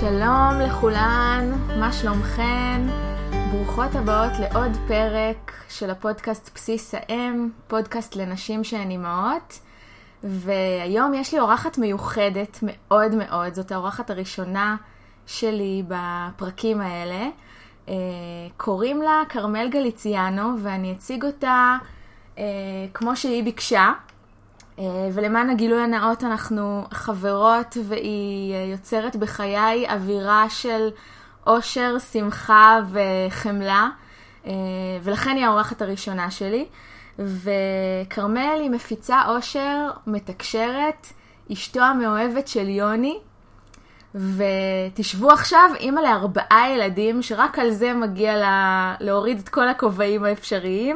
שלום לכולן, מה שלומכן? ברוכות הבאות לעוד פרק של הפודקאסט בסיס האם, פודקאסט לנשים שהן אימהות. והיום יש לי אורחת מיוחדת מאוד מאוד, זאת האורחת הראשונה שלי בפרקים האלה. קוראים לה כרמל גליציאנו, ואני אציג אותה כמו שהיא ביקשה. ולמען הגילוי הנאות אנחנו חברות, והיא יוצרת בחיי אווירה של אושר, שמחה וחמלה, ולכן היא האורחת הראשונה שלי. וכרמל היא מפיצה אושר, מתקשרת, אשתו המאוהבת של יוני, ותשבו עכשיו אימא ל4 ילדים, שרק על זה מגיע להוריד את כל הכובעים האפשריים.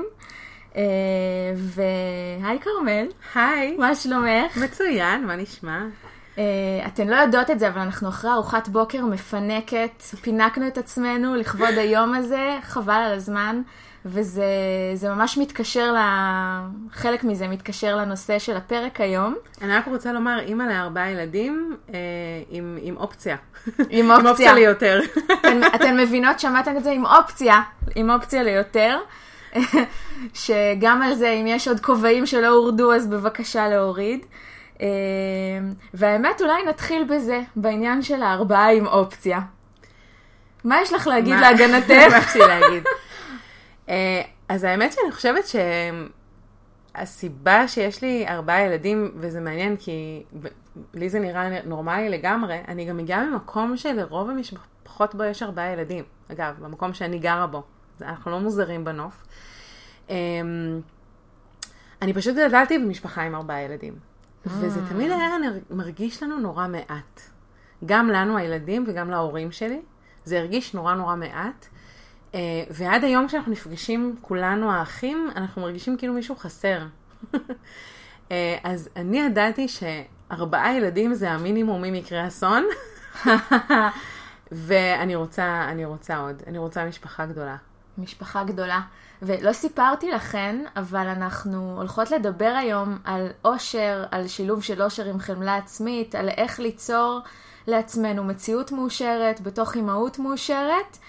והי כרמל. היי. מה שלומך? מצוין, מה נשמע? אתן לא יודעות את זה, אבל אנחנו אחרי ארוחת בוקר מפנקת, פינקנו את עצמנו לכבוד היום הזה, חבל על הזמן, וזה ממש מתקשר, חלק מזה מתקשר לנושא של הפרק היום. אני רק רוצה לומר, אימא ל4 ילדים עם אופציה. עם אופציה ליותר. אתן מבינות, שמעתן את זה עם אופציה ליותר. שגם על זה, אם יש עוד כובעים שלא הורדו, אז בבקשה להוריד. והאמת, אולי נתחיל בזה, בעניין של 4 עם אופציה. מה יש לך להגיד להגנתך? מה יש לי להגיד? אז האמת שאני חושבת שהסיבה שיש לי 4 ילדים, וזה מעניין כי לי זה נראה נורמלי לגמרי, אני גם מגיעה ממקום שלרוב המשפחות בו יש 4 ילדים. אגב, במקום שאני גרה בו. אנחנו לא מוזרים בנוף. אני פשוט גדלתי במשפחה עם 4 ילדים. וזה תמיד היה מרגיש לנו נורא מעט. גם לנו הילדים וגם להורים שלי. זה הרגיש נורא נורא מעט. ועד היום כשאנחנו נפגשים כולנו האחים, אנחנו מרגישים כאילו מישהו חסר. אז אני ידעתי ש4 ילדים זה המינימום ממקרה אסון. ואני רוצה עוד. אני רוצה משפחה גדולה. משפחה גדולה. ולא סיפרתי לכן, אבל אנחנו הולכות לדבר היום על אושר, על שילוב של אושר עם חמלה עצמית, על איך ליצור לעצמנו מציאות מאושרת בתוך אימהות מאושרת.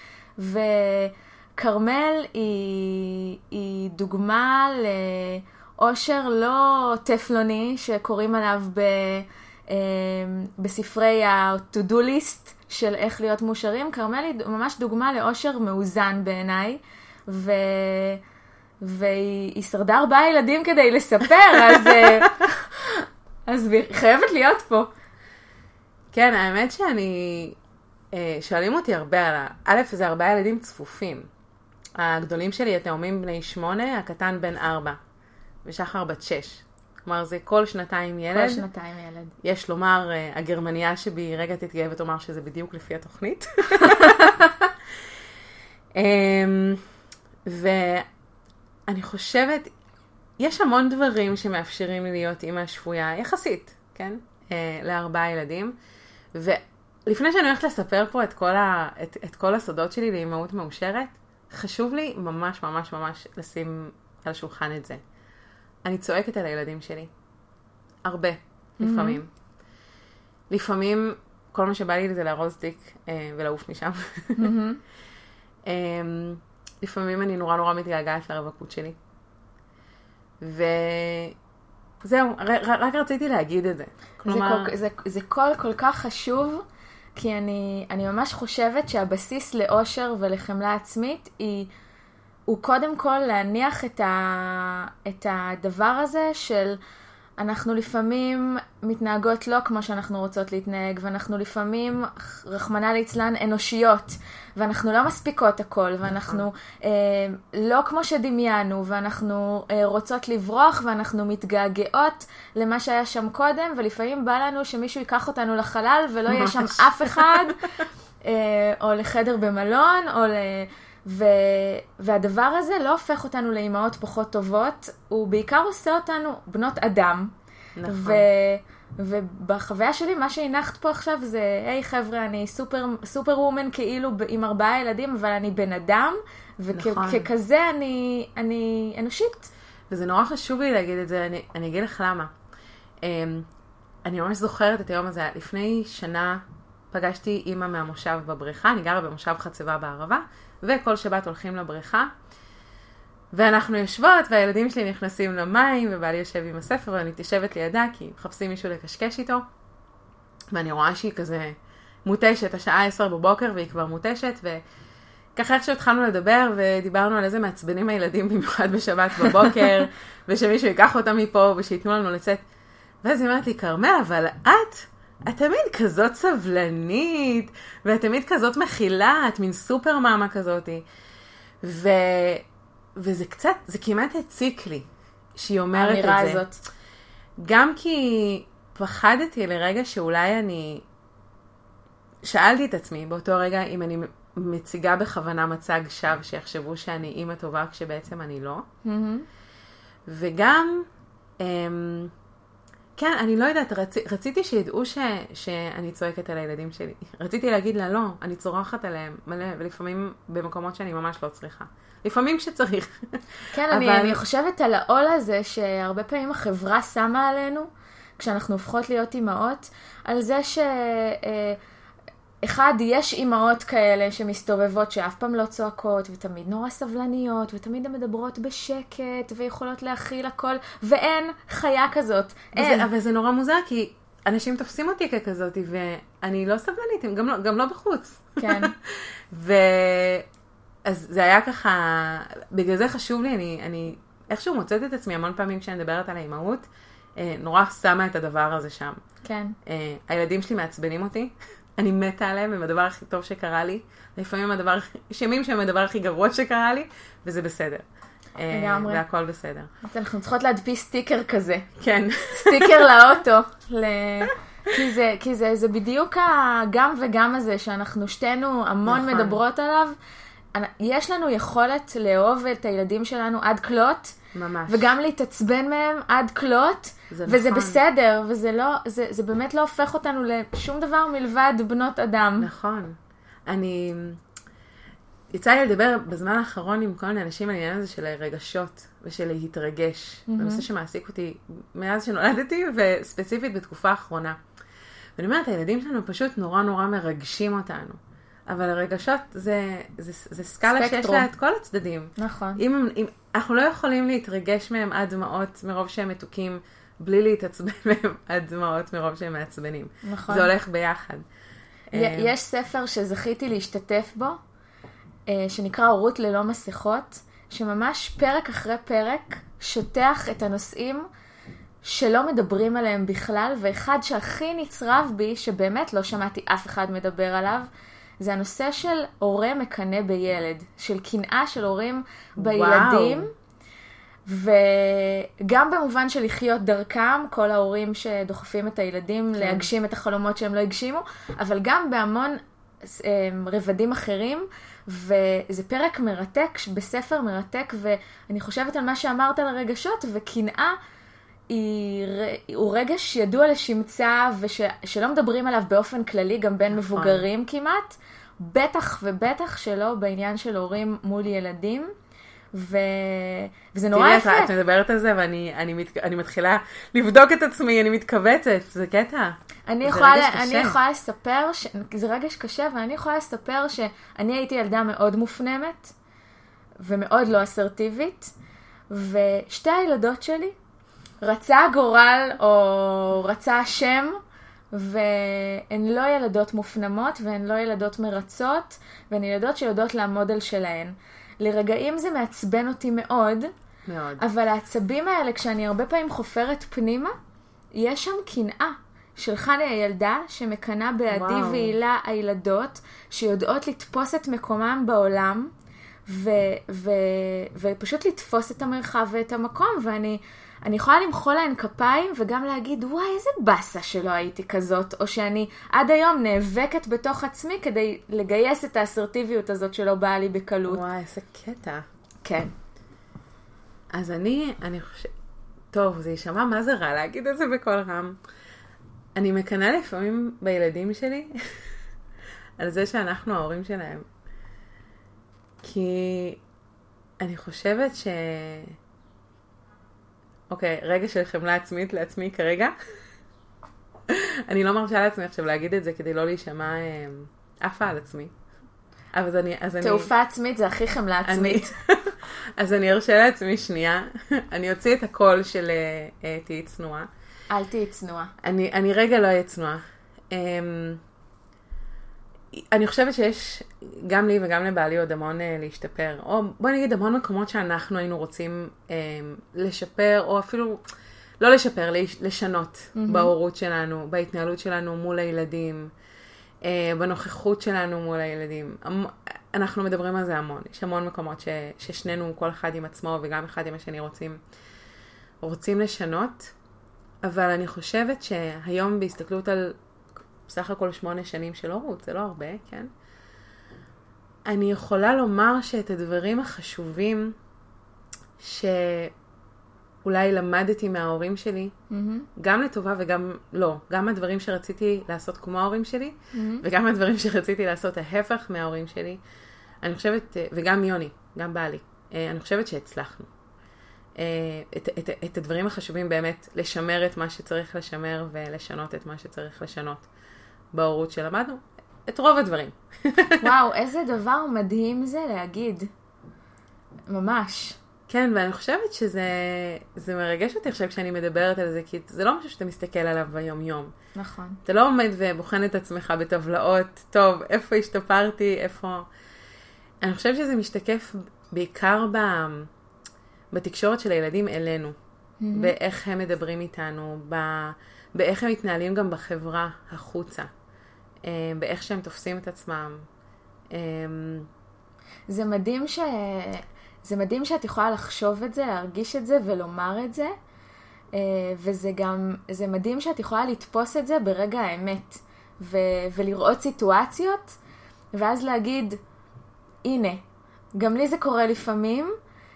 וכרמל היא דוגמה לאושר לא טפלוני שקוראים עליו בספרי ה-to-do list של איך להיות מאושרים. כרמל היא ממש דוגמה לאושר מאוזן בעיניי, והיא שרדה 4 ילדים כדי לספר, אז היא חייבת להיות פה. כן, האמת שאני, שואלים אותי הרבה על א', זה 4 ילדים צפופים. הגדולים שלי התאומים בני 8, הקטן בן 4, ושחר בת 6. כלומר, זה כל 2 ילד. כל 2 ילד. יש לומר, הגרמניה שבי רגע תתגאה ותאמר שזה בדיוק לפי התוכנית. ואני חושבת, יש המון דברים שמאפשרים לי להיות אימא שפויה, יחסית, כן? ל4 ילדים. ולפני שאני הולכת לספר פה את כל הסודות שלי לאימהות מאושרת, חשוב לי ממש ממש ממש לשים על השולחן את זה. אני צועקת על הילדים שלי. הרבה, לפעמים. לפעמים, כל מה שבא לי זה לארוז תיק ולעוף משם. לפעמים אני נורא נורא מתגעגעת לרווקות שלי. וזהו, רק רציתי להגיד את זה. זה כל כך חשוב, כי אני ממש חושבת שהבסיס לאושר ולחמלה עצמית הוא קודם כל להניח את הדבר הזה של אנחנו לפעמים מתנהגות לא כמו שאנחנו רוצות להתנהג, ואנחנו לפעמים, רחמנא ליצלן, אנושיות, ואנחנו לא מספיקות הכל, ואנחנו לא כמו שדמיינו, ואנחנו רוצות לברוח, ואנחנו מתגעגעות למה שהיה שם קודם, ולפעמים בא לנו שמישהו ייקח אותנו לחלל, ולא יהיה שם אף אחד, או לחדר במלון, והדבר הזה לא הופך אותנו לאימהות פחות טובות, הוא בעיקר עושה אותנו בנות אדם. נכון. ובחוויה שלי, מה שהנחת פה עכשיו זה, היי חבר'ה, אני סופר וומן כאילו עם 4 ילדים, אבל אני בן אדם, וככזה אני אנושית. וזה נורא חשוב לי להגיד את זה, אני אגיד לך למה. אני ממש זוכרת את היום הזה, לפני שנה פגשתי אימא מהמושב בבריכה, אני גרה במושב חצבה בערבה, וכל שבת הולכים לבריכה, ואנחנו יושבות, והילדים שלי נכנסים למים, ובעלי יושב עם הספר, ואני תשבת לידה, כי מחפשים מישהו לקשקש איתו, ואני רואה שהיא כזה מוטשת, השעה 10 בבוקר, והיא כבר מוטשת, וככה איך שהתחלנו לדבר, ודיברנו על איזה מעצבנים הילדים, במיוחד בשבת בבוקר, ושמישהו ייקח אותם מפה, ושיתנו לנו לצאת. ואז היא אומרת לי, כרמל, אבל את תמיד כזאת סבלנית, ואת תמיד כזאת מכילה, את מין סופר מאמה כזאת. וזה קצת, זה כמעט הציק לי, שהיא אומרת את זה. האמירה הזאת. גם כי פחדתי לרגע שאולי אני שאלתי את עצמי באותו רגע אם אני מציגה בכוונה מצג שווא שיחשבו שאני אימא טובה כשבעצם אני לא. וגם, כן, אני לא יודעת, רציתי שידעו שאני צועקת על הילדים שלי. רציתי להגיד לה, לא, אני צורחת עליהם מלא, ולפעמים במקומות שאני ממש לא צריכה. לפעמים כשצריך. כן, אני חושבת על העול הזה שהרבה פעמים החברה שמה עלינו, כשאנחנו הופכות להיות אימהות, על זה אחד, יש אימהות כאלה שמסתובבות שאף פעם לא צועקות, ותמיד נורא סבלניות, ותמיד הן מדברות בשקט, ויכולות להכיל הכל, ואין חיה כזאת. אין. אבל זה נורא מוזר, כי אנשים תופסים אותי ככזאת, ואני לא סבלנית, גם לא בחוץ. כן. אז זה היה ככה, בגלל זה חשוב לי, אני איכשהו מוצאת את עצמי המון פעמים כשאני מדברת על האימהות, נורא שמה את הדבר הזה שם. כן. הילדים שלי מעצבנים אותי, אני מתה עליהם, הם הדבר הכי טוב שקרה לי, לפעמים שמים שהם הדבר הכי גרוע שקרה לי, וזה בסדר. לגמרי. והכל בסדר. אנחנו צריכות להדפיס סטיקר כזה. כן. סטיקר לאוטו. כי זה בדיוק הגם וגם הזה שאנחנו שתינו המון נכון. מדברות עליו. יש לנו יכולת לאהוב את הילדים שלנו עד כלות. ממש. וגם להתעצבן מהם עד כלות. וזה נכון. בסדר. וזה לא, זה באמת לא הופך אותנו לשום דבר מלבד בנות אדם. נכון. יצא לי לדבר בזמן האחרון עם כל מיני אנשים על העניין הזה של הרגשות ושל להתרגש. זה נושא שמעסיק אותי מאז שנולדתי וספציפית בתקופה האחרונה. ואני אומרת, הילדים שלנו פשוט נורא נורא מרגשים אותנו. אבל הרגשות זה סקאלה שיש לה את כל הצדדים. נכון. אם אנחנו לא יכולים להתרגש מהם עד דמעות מרוב שהם מתוקים, בלי להתעצבן מהם עד דמעות מרוב שהם מעצבנים. נכון. זה הולך ביחד. יש ספר שזכיתי להשתתף בו, שנקרא הורות ללא מסכות, שממש פרק אחרי פרק שוטח את הנושאים שלא מדברים עליהם בכלל, ואחד שהכי נצרב בי, שבאמת לא שמעתי אף אחד מדבר עליו, זה הנושא של הורה מקנא בילד, של קנאה של הורים בילדים, וגם במובן של לחיות דרכם, כל ההורים שדוחפים את הילדים להגשים את החלומות שהם לא הגשימו, אבל גם בהמון רבדים אחרים, וזה פרק מרתק, בספר מרתק, ואני חושבת על מה שאמרת על הרגשות, וקנאה הוא רגש ידוע לשמצה, ושלא מדברים עליו באופן כללי, גם בין מבוגרים כמעט, בטח ובטח שלא בעניין של הורים מול ילדים, וזה נורא יפה. תראי, את מדברת על זה, ואני מתחילה לבדוק את עצמי, אני מתכווצת, זה קטע. אני יכולה לספר, זה רגש קשה, ואני יכולה לספר שאני הייתי ילדה מאוד מופנמת, ומאוד לא אסרטיבית, ושתי הילדות שלי, רצה הגורל או רצה השם, והן לא ילדות מופנמות, והן לא ילדות מרצות, והן ילדות שיודעות לעמוד על שלהן. לרגעים זה מעצבן אותי מאוד, מאוד. אבל העצבים האלה, כשאני הרבה פעמים חופרת פנימה, יש שם קנאה של חני הילדה, שמקנה בעדי והילה הילדות, שיודעות לתפוס את מקומם בעולם, ופשוט לתפוס את המרחב ואת המקום, ואני יכולה למחוא להן כפיים, וגם להגיד, וואי, איזה בסה שלא הייתי כזאת, או שאני עד היום נאבקת בתוך עצמי, כדי לגייס את האסרטיביות הזאת שלא באה לי בקלות. וואי, איזה קטע. כן. אז אני חושבת, טוב, זה יישמע מה זה רע להגיד את זה בכל רם. אני מקנאה לפעמים בילדים שלי, על זה שאנחנו ההורים שלהם. כי אני חושבת אוקיי, רגע של חמלה עצמית לעצמי כרגע. אני לא מרשה לעצמי עכשיו להגיד את זה כדי לא להישמע עפה על עצמי. תעופה עצמית זה הכי חמלה עצמית. אז אני ארשה לעצמי שנייה. אני אוציא את הקול של תהי צנועה. אל תהי צנועה. אני רגע לא אהיה צנועה. אני חושבת שיש גם לי וגם לבעלי עוד המון להשתפר. או בוא נגיד המון מקומות שאנחנו היינו רוצים לשפר, או אפילו לא לשפר, לשנות בהורות שלנו, בהתנהלות שלנו מול הילדים, בנוכחות שלנו מול הילדים. אנחנו מדברים על זה המון. יש המון מקומות ששנינו, כל אחד עם עצמו וגם אחד עם השני רוצים לשנות. אבל אני חושבת שהיום בהסתכלות על בסך הכל 8 שנים של הורות, זה לא הרבה, כן? אני יכולה לומר שאת הדברים החשובים שאולי למדתי מההורים שלי, גם לטובה וגם לא, גם הדברים שרציתי לעשות כמו ההורים שלי, וגם הדברים שרציתי לעשות ההפך מההורים שלי, אני חושבת, וגם יוני, גם בעלי, אני חושבת שהצלחנו. את הדברים החשובים באמת, לשמר את מה שצריך לשמר ולשנות את מה שצריך לשנות בהורות שלמדנו, את רוב הדברים. וואו, איזה דבר מדהים זה להגיד. ממש. כן, ואני חושבת שזה מרגש אותי עכשיו כשאני מדברת על זה, כי זה לא משהו שאתה מסתכל עליו ביום יום. נכון. אתה לא עומד ובוחן את עצמך בטבלאות, טוב, איפה השתפרתי, איפה... אני חושבת שזה משתקף בעיקר בתקשורת של הילדים אלינו, באיך הם מדברים איתנו, באיך הם מתנהלים גם בחברה החוצה, באיך שהם תופסים את עצמם. זה מדהים שאת יכולה לחשוב את זה, להרגיש את זה ולומר את זה, זה מדהים שאת יכולה לתפוס את זה ברגע האמת, ולראות סיטואציות, ואז להגיד, הנה, גם לי זה קורה לפעמים,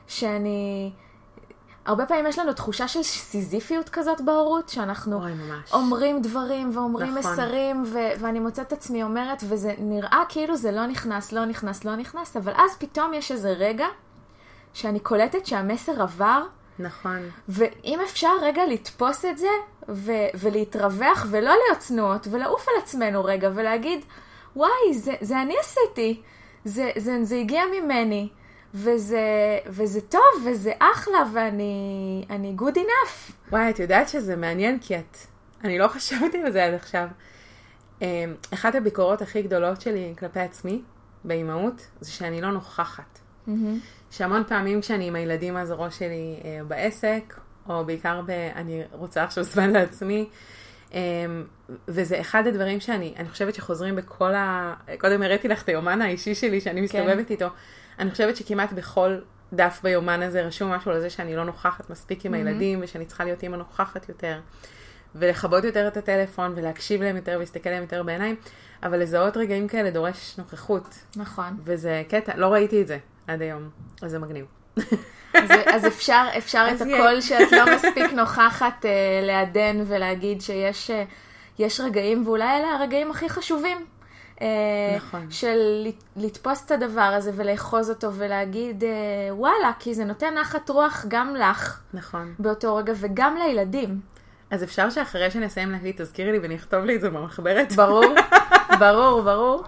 הרבה פעמים יש לנו תחושה של סיזיפיות כזאת בהורות, שאנחנו אומרים דברים ואומרים מסרים, ואני מוצאת את עצמי אומרת, וזה נראה כאילו זה לא נכנס, אבל אז פתאום יש איזה רגע, שאני קולטת שהמסר עבר, נכון. ואם אפשר רגע לתפוס את זה, ולהתרווח, ולא להיות צנועות, ולעוף על עצמנו רגע, ולהגיד, וואי, זה אני עשיתי, זה הגיע ממני, וזה טוב, וזה אחלה, ואני good enough. וואי, את יודעת שזה מעניין, כי אני לא חשבתי על זה עד עכשיו. אחת הביקורות הכי גדולות שלי כלפי עצמי, באימהות, זה שאני לא נוכחת. שהמון פעמים כשאני עם הילדים, אז הראש שלי בעסק, או בעיקר אני רוצה עכשיו זמן לעצמי, וזה אחד הדברים שאני חושבת שחוזרים קודם הראיתי לך את היומן האישי שלי, שאני מסתובבת איתו, אני חושבת שכמעט בכל דף ביומן הזה רשום משהו לזה שאני לא נוכחת מספיק עם הילדים, ושאני צריכה להיות אימא נוכחת יותר, ולחבות יותר את הטלפון, ולהקשיב להם יותר, ולהסתכל להם יותר בעיניים, אבל לזהות רגעים כאלה דורש נוכחות. נכון. וזה קטע, לא ראיתי את זה עד היום, אז זה מגניב. אז אפשר את הקול שאת לא מספיק נוכחת לעדן, ולהגיד שיש רגעים, ואולי אלה הרגעים הכי חשובים. נכון. של לתפוס את הדבר הזה ולאחוז אותו ולהגיד וואלה, כי זה נותן נחת רוח גם לך. נכון. באותו רגע וגם לילדים. אז אפשר שאחרי שנסיים להקליט תזכירי לי ונכתוב לי את זה במחברת. ברור.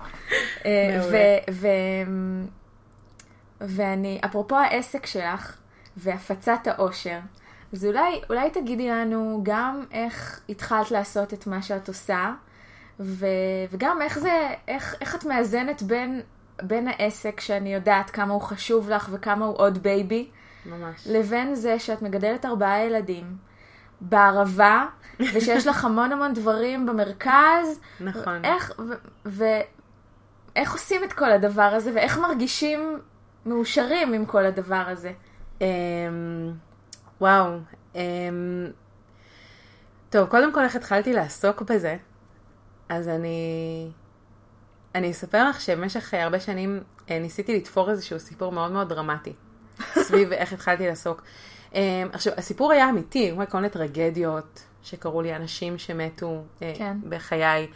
ואני, אפרופו העסק שלך והפצת האושר, אז אולי תגידי לנו גם איך התחלת לעשות את מה שאת עושה, וגם איך את מאזנת בין העסק שאני יודעת כמה הוא חשוב לך וכמה הוא עוד בייבי, ממש. לבין זה שאת מגדלת 4 ילדים בערבה, ושיש לך המון דברים במרכז. נכון. ואיך עושים את כל הדבר הזה, ואיך מרגישים מאושרים עם כל הדבר הזה? וואו. טוב, קודם כל איך התחלתי לעסוק בזה, אז אני אספר לך שבמשך הרבה שנים ניסיתי לתפור איזשהו סיפור מאוד מאוד דרמטי, סביב איך התחלתי לעסוק. עכשיו, הסיפור היה אמיתי, כל מיני טרגדיות שקראו לי, אנשים שמתו בחיי,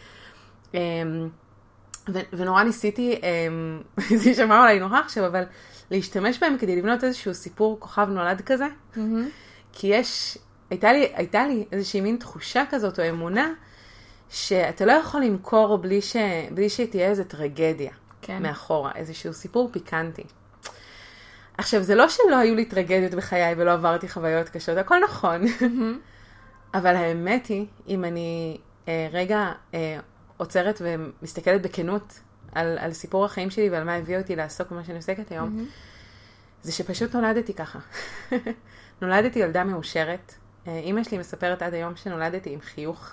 ונורא ניסיתי, זה שמע אולי נורא עכשיו, אבל להשתמש בהם כדי לבנות איזשהו סיפור כוכב נולד כזה, כי הייתה לי איזושהי מין תחושה כזאת או אמונה, שאתה לא יכול למכור בלי שתהיה איזו טרגדיה מאחורה, איזשהו סיפור פיקנטי. עכשיו, זה לא שלא היו לי טרגדיות בחיי ולא עברתי חוויות קשות, הכל נכון. אבל האמת היא, אם אני רגע עוצרת ומסתכלת בכנות על סיפור החיים שלי ועל מה הביא אותי לעסוק במה שאני עוסקת היום, זה שפשוט נולדתי ככה. נולדתי ילדה מאושרת. אמא שלי מספרת עד היום שנולדתי עם חיוך.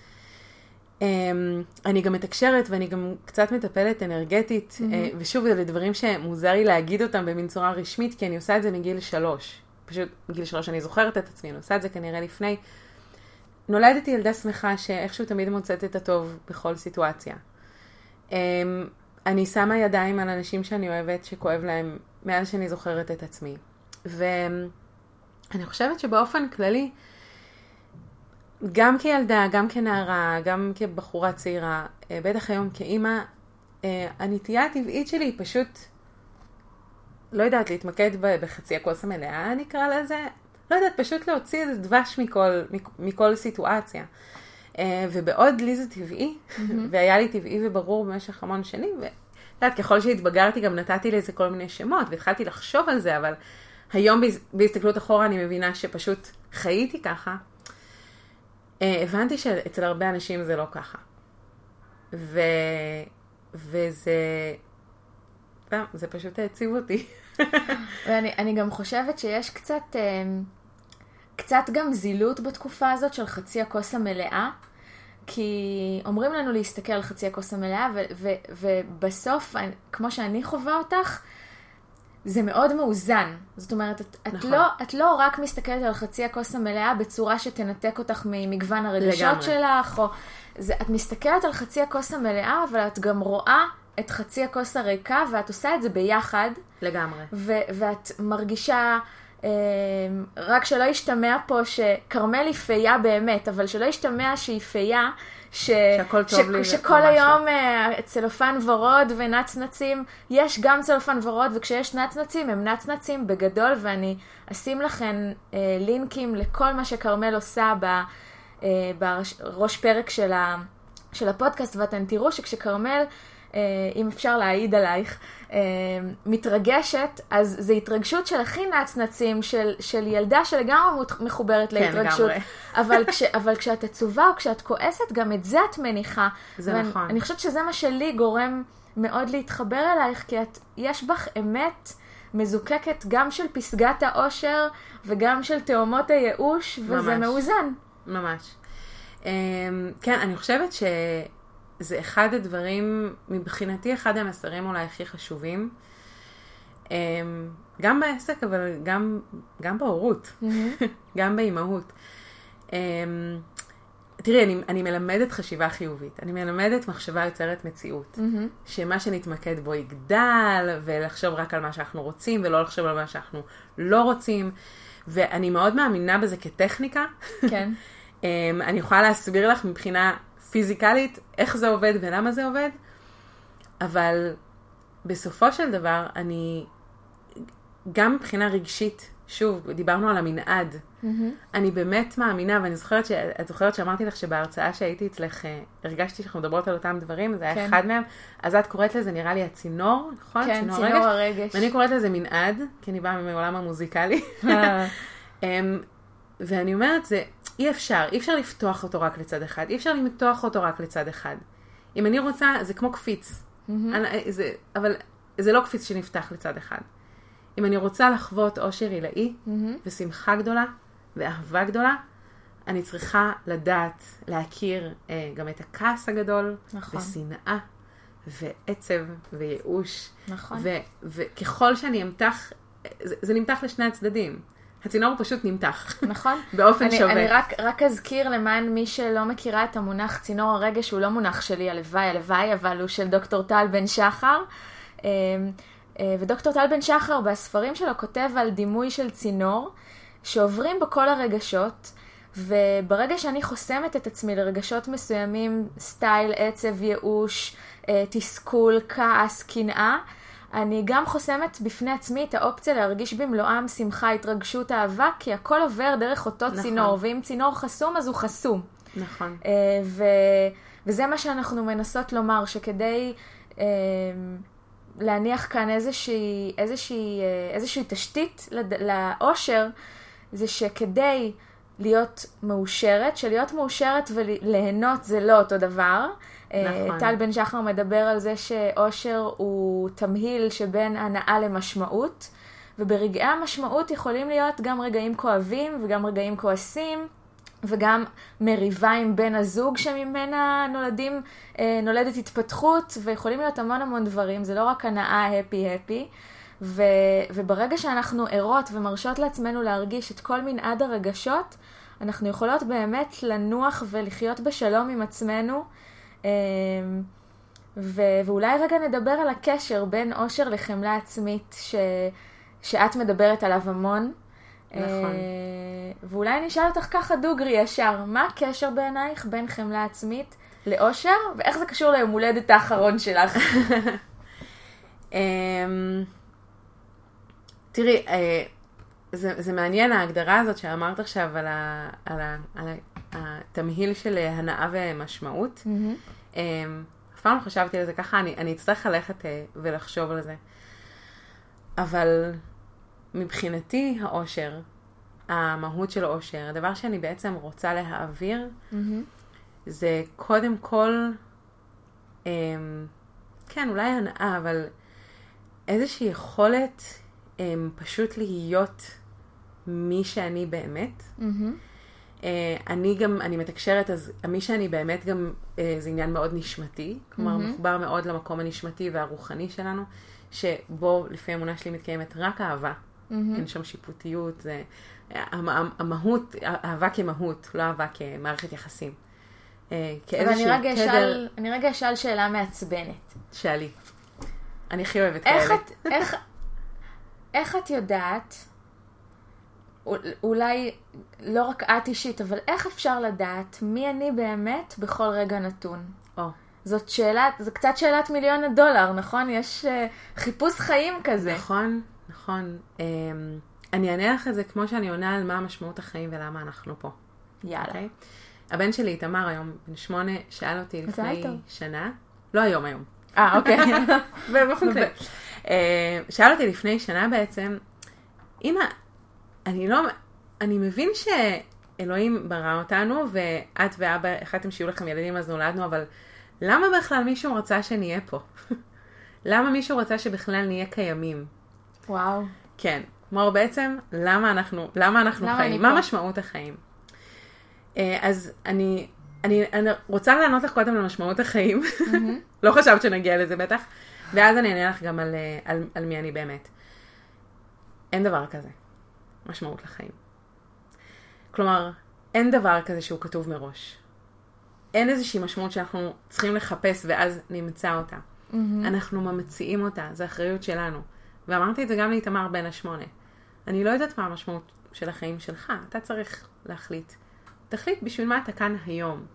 אני גם מתקשרת ואני גם קצת מטפלת אנרגטית, ושוב, זה לדברים שמוזר לי להגיד אותם במין צורה רשמית, כי אני עושה את זה מגיל 3. פשוט מגיל 3 אני זוכרת את עצמי, אני עושה את זה כנראה לפני. נולדתי ילדה שמחה שאיכשהו תמיד מוצאת את הטוב בכל סיטואציה. אני שמה ידיים על אנשים שאני אוהבת, שכואב להם, מאז שאני זוכרת את עצמי. ואני חושבת שבאופן כללי, גם כילדה, גם כנערה, גם כבחורה צעירה, בטח היום כאימא, הנטייה הטבעית שלי היא פשוט, לא יודעת, להתמקד בחצי הכוס המלאה, נקרא לזה, לא יודעת, פשוט להוציא איזה דבש מכל סיטואציה. ובעוד לי זה טבעי, והיה לי טבעי וברור במשך המון שנים, ויודעת, ככל שהתבגרתי גם נתתי לזה כל מיני שמות, והתחלתי לחשוב על זה, אבל היום בהסתכלות אחורה אני מבינה שפשוט חייתי ככה, הבנתי שאצל הרבה אנשים זה לא ככה. זה פשוט העציב אותי. ואני גם חושבת שיש קצת גם זילות בתקופה הזאת של חצי הכוס המלאה, כי אומרים לנו להסתכל על חצי הכוס המלאה, ובסוף, כמו שאני חווה אותך, זה מאוד מאוזן. זאת אומרת, את לא רק מסתכלת על חצי הכוס המלאה בצורה שתנתק אותך ממגוון הרגשות שלך, את מסתכלת על חצי הכוס המלאה, אבל את גם רואה את חצי הכוס הריקה, ואת עושה את זה ביחד. לגמרי. ואת מרגישה, רק שלא ישתמע פה שקרמל היא פייה באמת, אבל שלא ישתמע שהיא פייה, שהכל טוב לי. שכל היום צלופן ורוד ונצנצים, יש גם צלופן ורוד, וכשיש נצנצים, הם נצנצים בגדול, ואני אשים לכם לינקים לכל מה שקרמל עושה בראש פרק של הפודקאסט, ואתם תראו שכשקרמל, אם אפשר להעיד עלייך, מתרגשת, אז זה התרגשות של הכי נצנצים, של ילדה שלגמרי מחוברת להתרגשות. אבל כשאת עצובה או כשאת כועסת, גם את זה את מניחה. זה נכון. אני חושבת שזה מה שלי גורם מאוד להתחבר אלייך, כי יש בך אמת מזוקקת גם של פסגת האושר, וגם של תאומות הייאוש, וזה מאוזן. ממש. כן, אני חושבת זה אחד הדברים, מבחינתי אחד המסרים אולי הכי חשובים, גם בעסק, אבל גם בהורות, גם באימהות. תראי, אני מלמדת חשיבה חיובית, אני מלמדת מחשבה יוצרת מציאות, שמה שנתמקד בו יגדל, ולחשוב רק על מה שאנחנו רוצים, ולא לחשוב על מה שאנחנו לא רוצים, ואני מאוד מאמינה בזה כטכניקה. כן. אני יכולה להסביר לך מבחינה פיזיקלית, איך זה עובד ולמה זה עובד, אבל בסופו של דבר, אני גם מבחינה רגשית, שוב, דיברנו על המנעד, אני באמת מאמינה, ואני זוכרת את זוכרת שאמרתי לך שבהרצאה שהייתי אצלך, הרגשתי שאנחנו מדברות על אותם דברים, זה היה אחד מהם, אז את קוראת לזה, נראה לי הצינור, נכון? כן, צינור הרגש. ואני קוראת לזה מנעד, כי אני באה מעולם המוזיקלי, ואני אומרת, זה אי אפשר לפתוח אותו רק לצד אחד, אי אפשר למתוח אותו רק לצד אחד. אם אני רוצה, זה כמו קפיץ, אבל זה לא קפיץ שנפתח לצד אחד. אם אני רוצה לחוות אושר עילאי, ושמחה גדולה, ואהבה גדולה, אני צריכה לדעת, להכיר גם את הכעס הגדול, ושנאה, ועצב, וייאוש. נכון. וככל שאני אמתח, זה נמתח לשני הצדדים. הצינור פשוט נמתח. נכון. באופן שווה. אני רק אזכיר למען מי שלא מכירה את המונח צינור הרגש, הוא לא מונח שלי, הלוואי, אבל הוא של דוקטור טל בן שחר. ודוקטור טל בן שחר בספרים שלו כותב על דימוי של צינור, שעוברים בכל הרגשות, וברגע שאני חוסמת את עצמי לרגשות מסוימים, סטייל, עצב, ייאוש, תסכול, כעס, קנאה, אני גם חוסמת בפני עצמי את האופציה להרגיש במלואם שמחה, התרגשות, אהבה, כי הכל עובר דרך אותו צינור, ואם צינור חסום, אז הוא חסום. נכון. וזה מה שאנחנו מנסות לומר, שכדי להניח כאן איזושהי תשתית לאושר, זה שכדי להיות מאושרת, שלהיות מאושרת וליהנות זה לא אותו דבר. נכון. טל בן שחר מדבר על זה שאושר הוא תמהיל שבין הנאה למשמעות, וברגעי המשמעות יכולים להיות גם רגעים כואבים וגם רגעים כועסים, וגם מריבה עם בן הזוג שממנה נולדת התפתחות, ויכולים להיות המון דברים, זה לא רק הנאה, הפי. וברגע שאנחנו ערות ומרשות לעצמנו להרגיש את כל מנעד הרגשות, אנחנו יכולות באמת לנוח ולחיות בשלום עם עצמנו, ואולי רגע נדבר על הקשר בין אושר לחמלה עצמית שאת מדברת עליו המון. נכון. ואולי אני אשאל אותך ככה דוגרי ישר, מה הקשר בעינייך בין חמלה עצמית לאושר, ואיך זה קשור ליום הולדת האחרון שלך? תראי, זה מעניין ההגדרה הזאת שאמרת עכשיו על התמהיל של הנאה ומשמעות. אף פעם חשבתי על זה ככה, אני אצטרך ללכת ולחשוב על זה. אבל מבחינתי האושר, המהות של האושר, הדבר שאני בעצם רוצה להעביר, זה קודם כל, כן, אולי הנאה, אבל איזושהי יכולת פשוט להיות מי שאני באמת. אני מתקשרת, אז מי שאני באמת גם, זה עניין מאוד נשמתי, כלומר מחובר מאוד למקום הנשמתי והרוחני שלנו, שבו לפי האמונה שלי מתקיימת רק אהבה. אין שם שיפוטיות, זה המהות, אהבה כמהות, לא אהבה כמערכת יחסים. אבל אני רגע אשאל שאלה מעצבנת. שאלי. אני הכי אוהבת כאלה. איך את יודעת, אולי לא רק את אישית, אבל איך אפשר לדעת מי אני באמת בכל רגע נתון? זאת שאלה, זו קצת שאלת $1,000,000, נכון? יש חיפוש חיים כזה. נכון. אני אענה לך את זה כמו שאני עונה על מה המשמעות החיים ולמה אנחנו פה. יאללה. Okay? הבן שלי, איתמר היום, בן 8, שאל אותי לפני שנה. לא היום. אוקיי. ובאופן כלל. שאל אותי לפני שנה בעצם, אמא, אני מבין שאלוהים ברא אותנו, ואת ואבא החלטתם שיהיו לכם ילדים אז נולדנו, אבל למה בכלל מישהו רצה שנהיה פה? למה מישהו רצה שבכלל נהיה קיימים? וואו. כן. כלומר בעצם, למה אנחנו חיים? מה משמעות החיים? אז אני רוצה לענות לך קודם למשמעות החיים. לא חשבת שנגיע לזה בטח. ואז אני אענה לך גם על מי אני באמת. אין דבר כזה. משמעות לחיים. כלומר, אין דבר כזה שהוא כתוב מראש. אין איזושהי משמעות שאנחנו צריכים לחפש ואז נמצא אותה. אנחנו ממציאים אותה, זו אחריות שלנו. ואמרתי את זה גם לאיתמר בן 8. אני לא יודעת מה המשמעות של החיים שלך, אתה צריך להחליט. תחליט בשביל מה אתה כאן היום.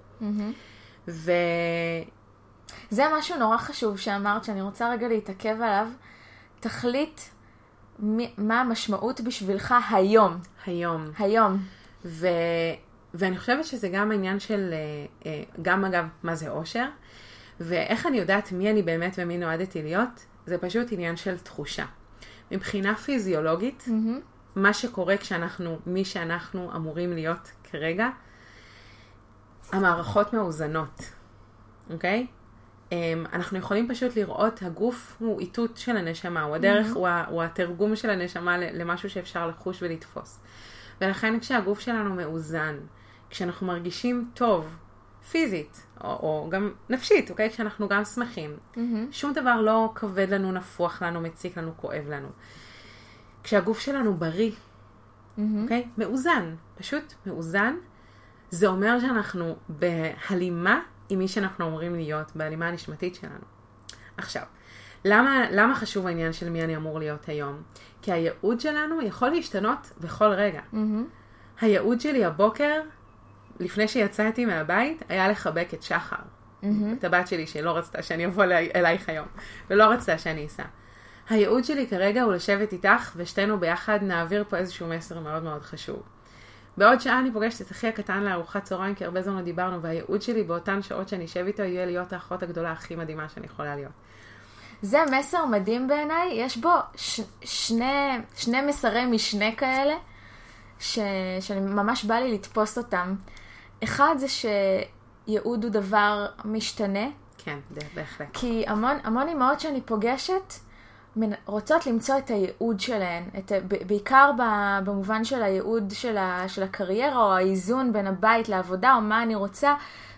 זה משהו נורא חשוב שאמרת, שאני רוצה רגע להתעכב עליו. תחליט מה המשמעות בשבילך היום. היום. ואני חושבת שזה גם העניין של, גם אגב, מה זה אושר, ואיך אני יודעת מי אני באמת ומי נועדתי להיות, זה פשוט עניין של תחושה. מבחינה פיזיולוגית, מה שקורה מי שאנחנו אמורים להיות כרגע, המערכות מאוזנות, אוקיי? אנחנו יכולים פשוט לראות, הגוף הוא איתות של הנשמה, הוא הדרך, הוא התרגום של הנשמה למשהו שאפשר לחוש ולתפוס. ולכן כשהגוף שלנו מאוזן, כשאנחנו מרגישים טוב, פיזית, או גם נפשית, אוקיי? כשאנחנו גם שמחים, שום דבר לא כבד לנו, נפוח לנו, מציק לנו, כואב לנו. כשהגוף שלנו בריא, אוקיי? מאוזן, פשוט מאוזן, זה אומר שאנחנו בהלימה עם מי שאנחנו אמורים להיות, בהלימה הנשמתית שלנו. עכשיו, למה חשוב העניין של מי אני אמור להיות היום? כי הייעוד שלנו יכול להשתנות בכל רגע. הייעוד שלי הבוקר, לפני שיצאתי מהבית, היה לחבק את שחר. את הבת שלי שלא רצתה שאני אבוא אלייך היום, ולא רצתה שאני אסע. הייעוד שלי כרגע הוא לשבת איתך, ושתינו ביחד נעביר פה איזשהו מסר מאוד מאוד חשוב. בעוד שעה אני פוגשת את אחי הקטן לארוחת צהריים, כי הרבה זמן לא דיברנו, והייעוד שלי באותן שעות שאני אשב איתו יהיה להיות האחות הגדולה הכי מדהימה שאני יכולה להיות. זה מסר מדהים בעיניי, יש בו שני מסרי משנה כאלה, שאני ממש בא לי לתפוס אותם. אחד זה שייעוד הוא דבר משתנה. כן, בהחלט. כי המון אמהות שאני פוגשת, רוצות למצוא את הייעוד שלהן, בעיקר במובן של הייעוד של הקריירה, או האיזון בין הבית לעבודה, או מה אני רוצה,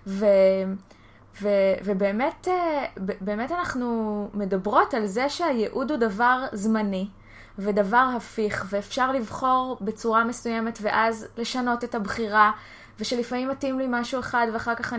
ובאמת אנחנו מדברות על זה שהייעוד הוא דבר זמני, ודבר הפיך, ואפשר לבחור בצורה מסוימת, ואז לשנות את הבחירה, ושלפעמים מתאים לי משהו אחד, ואחר כך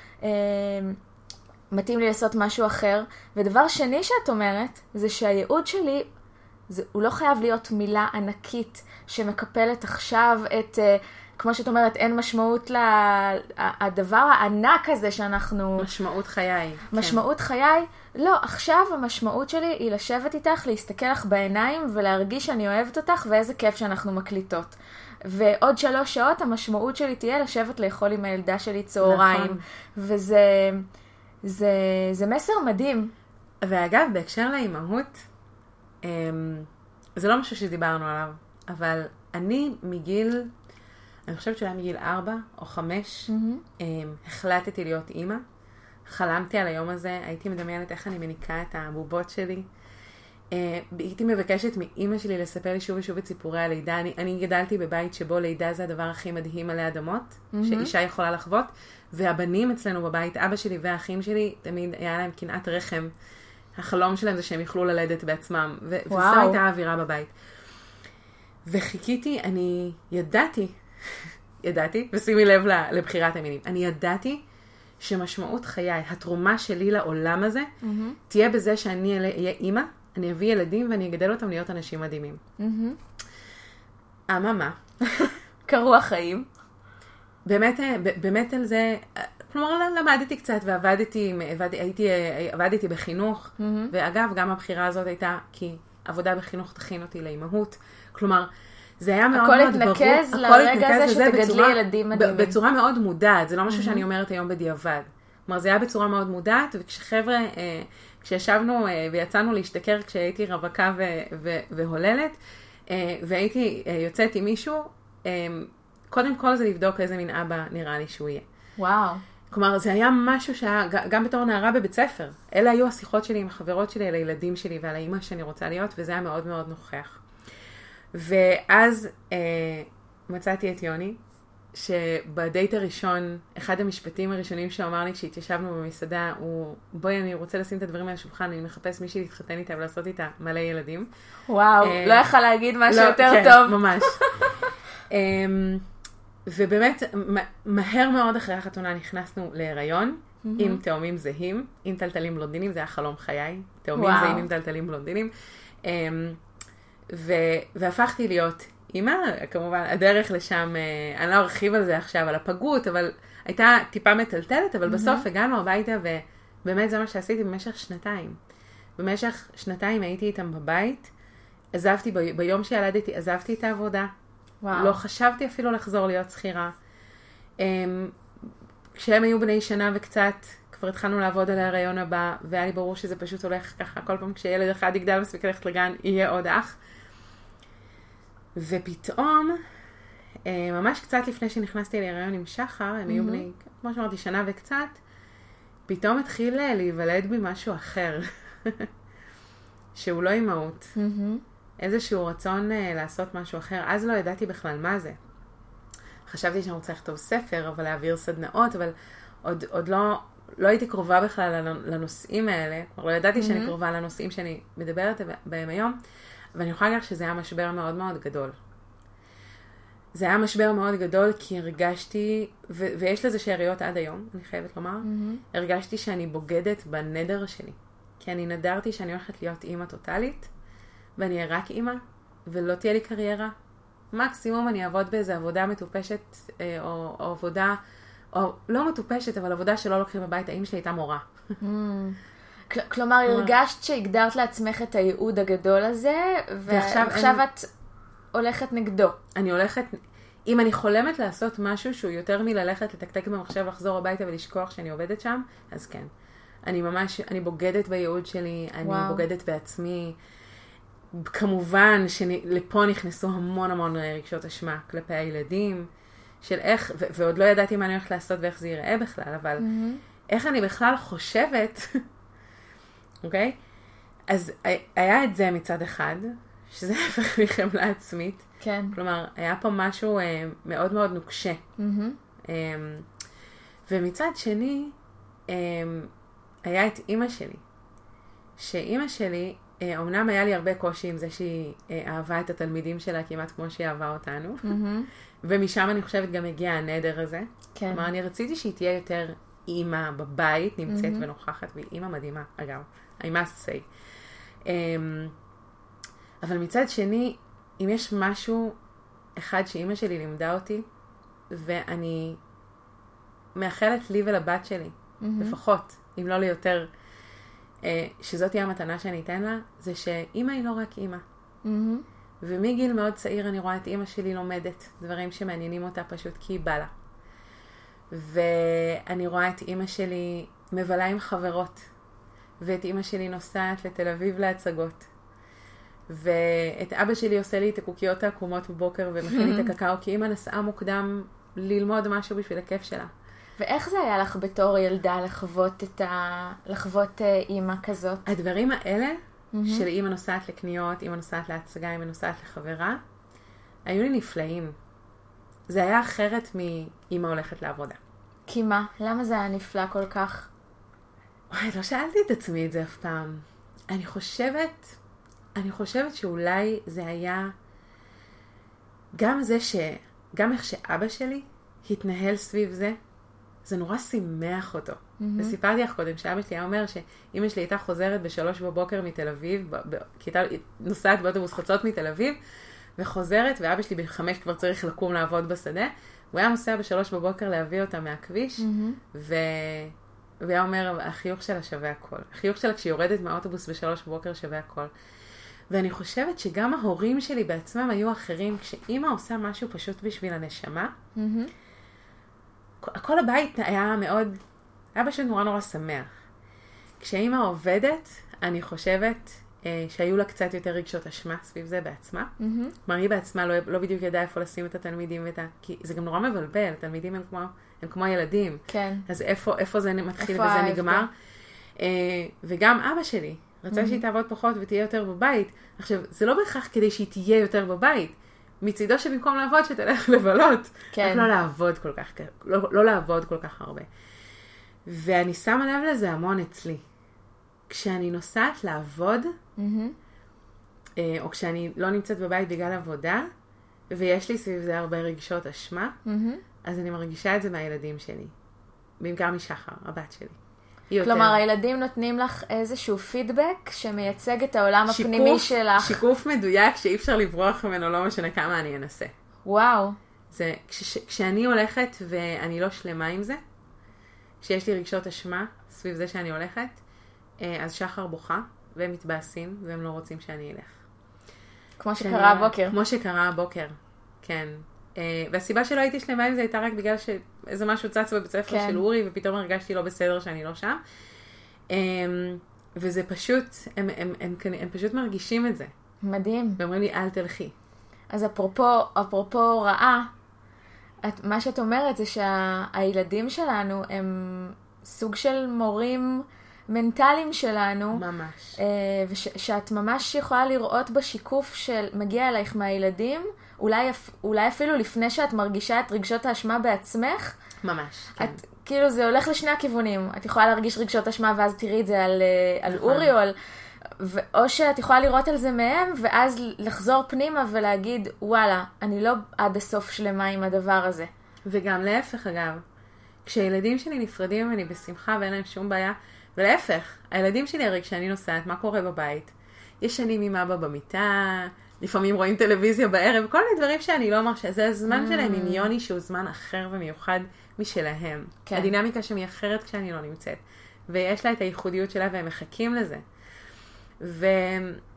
מתאים לי לעשות משהו אחר. ודבר שני שאת אומרת, זה שהייעוד שלי, הוא לא חייב להיות מילה ענקית, שמקפלת עכשיו את, כמו שאת אומרת, אין משמעות לדבר הענק הזה שאנחנו... משמעות חיי. משמעות חיי. לא, עכשיו המשמעות שלי היא לשבת איתך, להסתכל לך בעיניים, ולהרגיש שאני אוהבת אותך, ואיזה כיף שאנחנו מקליטות. ועוד 3 שעות המשמעות שלי תהיה לשבת לאכול עם הילדה שלי צהריים. נכון. וזה מסר מדהים. ואגב, בהקשר לאימהות, זה לא משהו שדיברנו עליו, אבל אני חושבת שאולי מגיל 4 או 5, החלטתי להיות אימא. חלמתי על היום הזה, הייתי מדמיינת איך אני מניקה את הבובות שלי. הייתי מבקשת מאמא שלי לספר לי שוב ושוב את סיפורי הלידה. אני גדלתי בבית שבו לידה זה הדבר הכי מדהים עלי אדמות, שאישה יכולה לחוות, והבנים אצלנו בבית, אבא שלי והאחים שלי, תמיד היה להם קנאת רחם. החלום שלהם זה שהם יוכלו ללדת בעצמם, וזו הייתה האווירה בבית. וחיכיתי, אני ידעתי, ושימי לב לבחירת המינים, אני ידעתי שמשמעות חיי, התרומה שלי לעולם הזה, תהיה בזה שאני אהיה אימא, אני אביא ילדים ואני אגדל אותם להיות אנשים מדהימים. אממה. קרו החיים. באמת על זה, כלומר למדתי קצת ועבדתי בחינוך, ואגב גם הבחירה הזאת הייתה כי עבודה בחינוך תכין אותי לאימהות, כלומר זה היה מאוד מאוד ברור. הכל התנקז לרגע הזה שתגדלי ילדים מדהימים. בצורה מאוד מודעת, זה לא משהו שאני אומרת היום בדיעבד. כלומר זה היה בצורה מאוד מודעת, וכשחבר'ה, כשישבנו ויצאנו להשתכר כשהייתי רווקה והוללת, והייתי יוצאת עם מישהו, קודם כל זה לבדוק איזה מין אבא נראה לי שהוא יהיה. וואו. כלומר זה היה משהו שהיה, גם בתור נערה בבית ספר, אלה היו השיחות שלי עם החברות שלי, על הילדים שלי ועל האמא שאני רוצה להיות, וזה היה מאוד מאוד נוכח. ואז מצאתי את יוני, שבדייט הראשון, אחד המשפטים הראשונים שהוא אמר לי כשהתיישבנו במסעדה, הוא, בואי אני רוצה לשים את הדברים על השולחן, אני מחפש מישהי להתחתן איתה ולעשות איתה מלא ילדים. וואו, לא יכל להגיד משהו יותר כן, טוב. ממש. ובאמת, מהר מאוד אחרי החתונה נכנסנו להיריון, עם תאומים זהים, עם טלטלים בלונדינים, זה היה חלום חיי, תאומים זהים עם טלטלים בלונדינים. והפכתי להיות אימא, כמובן הדרך לשם, אני לא ארחיב על זה עכשיו, על הפגות, אבל הייתה טיפה מטלטלת, אבל בסוף הגענו הביתה, ובאמת זה מה שעשיתי במשך 2 במשך 2 הייתי איתם בבית, עזבתי, ביום שילדתי, עזבתי את העבודה, לא חשבתי אפילו לחזור להיות שכירה. כשהם היו בני שנה וקצת, כבר התחלנו לעבוד על ההיריון הבא, והיה לי ברור שזה פשוט הולך ככה, כל פעם כשילד אחד יגדל מספיק ללכת לגן, יהיה עוד אח. ופתאום, ממש קצת לפני שנכנסתי להיריון עם שחר, הם היו בני, כמו שאמרתי, שנה וקצת, פתאום התחיל להיוולד בי משהו אחר, שהוא לא אימהות. איזשהו רצון לעשות משהו אחר. אז לא ידעתי בכלל מה זה. חשבתי שאני רוצה לכתוב ספר, אבל להעביר סדנאות, אבל עוד לא הייתי קרובה בכלל לנושאים האלה. לא ידעתי שאני קרובה לנושאים שאני מדברת בהם היום, אבל אני יכולה להגיד שזה היה משבר מאוד מאוד גדול. זה היה משבר מאוד גדול כי הרגשתי, ויש לזה שאריות עד היום, אני חייבת לומר, הרגשתי שאני בוגדת בנדר שלי. כי אני נדרתי שאני הולכת להיות אימא טוטלית, ואני אהיה רק אימא, ולא תהיה לי קריירה. מקסימום אני אעבוד באיזו עבודה מטופשת, או עבודה, או לא מטופשת, אבל עבודה שלא לוקחים בבית. האמא שלי הייתה מורה. כלומר, הרגשת שהגדרת לעצמך את הייעוד הגדול הזה, ועכשיו את הולכת נגדו. אני הולכת, אם אני חולמת לעשות משהו שהוא יותר מללכת לתקתק במחשב, לחזור הביתה ולשכוח שאני עובדת שם, אז כן. אני בוגדת בייעוד שלי, אני בוגדת בעצמי. כמובן שלפה נכנסו המון רגשות אשמה כלפי הילדים, של איך, ועוד לא ידעתי מה אני הולכת לעשות ואיך זה ייראה בכלל, אבל איך אני בכלל חושבת, אוקיי? אז היה את זה מצד אחד, שזה הפך לי חמלה עצמית. כן. כלומר, היה פה משהו מאוד מאוד נוקשה. ומצד שני, היה את אמא שלי. שאמא שלי, אמנם היה לי הרבה קושי עם זה שהיא אהבה את התלמידים שלה כמעט כמו שהיא אהבה אותנו. ומשם אני חושבת גם הגיע הנדר הזה. כן. כלומר, אני רציתי שהיא תהיה יותר אמא בבית, נמצאת ונוכחת, והיא אמא מדהימה, אגב. I must say. אבל מצד שני, אם יש משהו אחד שאמא שלי לימדה אותי, ואני מאחלת לי ולבת שלי, לפחות, אם לא ליותר, שזאת תהיה המתנה שאני אתן לה, זה שאמא היא לא רק אמא. ומגיל מאוד צעיר אני רואה את אמא שלי לומדת דברים שמעניינים אותה פשוט כי היא בא לה. ואני רואה את אמא שלי מבלה עם חברות, ואת אמא שלי נוסעת לתל אביב להצגות. ואת אבא שלי עושה לי את הקוקיות העקומות בבוקר ומכין לי את הקקאו, כי אמא נסעה מוקדם ללמוד משהו בשביל הכיף שלה. ואיך זה היה לך בתור ילדה לחוות אימא כזאת? הדברים האלה של אמא נוסעת לקניות, אמא נוסעת להצגה, אמא נוסעת לחברה, היו לי נפלאים. זה היה אחרת מאמא הולכת לעבודה. כי מה? למה זה היה נפלא כל כך? וואי, לא שאלתי את עצמי את זה אף פעם. אני חושבת שאולי זה היה גם איך שאבא שלי התנהל סביב זה, זה נורא שימח אותו. וסיפרתי לך קודם שאבא שלי היה אומר שאמא שלי הייתה חוזרת ב3 בבוקר מתל אביב, כי הייתה נוסעת באוטובוס חצות מתל אביב, וחוזרת, ואבא שלי ב5 כבר צריך לקום לעבוד בשדה, הוא היה נוסע ב3 בבוקר להביא אותה מהכביש, והיה אומר, החיוך שלה שווה הכל. החיוך שלה כשהיא יורדת מהאוטובוס ב3 בבוקר שווה הכל. ואני חושבת שגם ההורים שלי בעצמם היו אחרים, כשאמא עושה משהו פשוט בשביל הנשמה, כל הבית היה פשוט נורא שמח. כשאמא עובדת, אני חושבת שהיו לה קצת יותר רגשות אשמה סביב זה בעצמה. כלומר, היא בעצמה לא בדיוק ידעה איפה לשים את התלמידים, כי זה גם נורא מבלבל, התלמידים הם כמו ילדים. כן. אז איפה זה מתחיל וזה נגמר. וגם אבא שלי רצה שהיא תעבוד פחות ותהיה יותר בבית. עכשיו, זה לא בהכרח כדי שהיא תהיה יותר בבית. מצידו שבמקום לעבוד שתלך לבלות. כן. רק לא לעבוד כל כך הרבה. ואני שמה לב לזה המון אצלי. כשאני נוסעת לעבוד, או כשאני לא נמצאת בבית בגלל עבודה, ויש לי סביב זה הרבה רגשות אשמה, אז אני מרגישה את זה מהילדים שלי. בעיקר משחר, הבת שלי. כלומר, הילדים נותנים לך איזשהו פידבק שמייצג את העולם הפנימי שלך. שיקוף מדויק שאי אפשר לברוח ממנו, לא משנה כמה אני אנסה. וואו. זה, כשאני הולכת ואני לא שלמה עם זה, כשיש לי רגשות אשמה סביב זה שאני הולכת, אז שחר בוכה, והם מתבאסים, והם לא רוצים שאני אלך. כמו שקרה הבוקר. כמו שקרה הבוקר, כן. והסיבה שלא הייתי שלמה עם זה הייתה רק בגלל שאיזה משהו צץ בבית ספר של אורי, ופתאום הרגשתי לא בסדר שאני לא שם. וזה פשוט, הם פשוט מרגישים את זה. מדהים. ואומרים לי, אל תלכי. אז אפרופו הוראה, מה שאת אומרת זה שהילדים שלנו הם סוג של מורים מנטליים שלנו. ממש. ושאת ממש יכולה לראות בשיקוף של מגיע אלייך מהילדים, אולי אפילו לפני שאת מרגישה את רגשות האשמה בעצמך. ממש, כן. כאילו זה הולך לשני הכיוונים. את יכולה להרגיש רגשות אשמה ואז תראי את זה על אורי, או שאת יכולה לראות על זה מהם, ואז לחזור פנימה ולהגיד, וואלה, אני לא עד הסוף שלמה עם הדבר הזה. וגם להפך אגב, כשהילדים שלי נפרדים אני בשמחה ואין להם שום בעיה, ולהפך, הילדים שלי הרי כשאני נוסעת, מה קורה בבית? ישנים עם אבא במיטה, לפעמים רואים טלוויזיה בערב, כל מיני דברים שאני לא אומר שזה הזמן שלהם עם יוני שהוא זמן אחר ומיוחד משלהם. כן. הדינמיקה שם היא אחרת כשאני לא נמצאת. ויש לה את הייחודיות שלה והם מחכים לזה.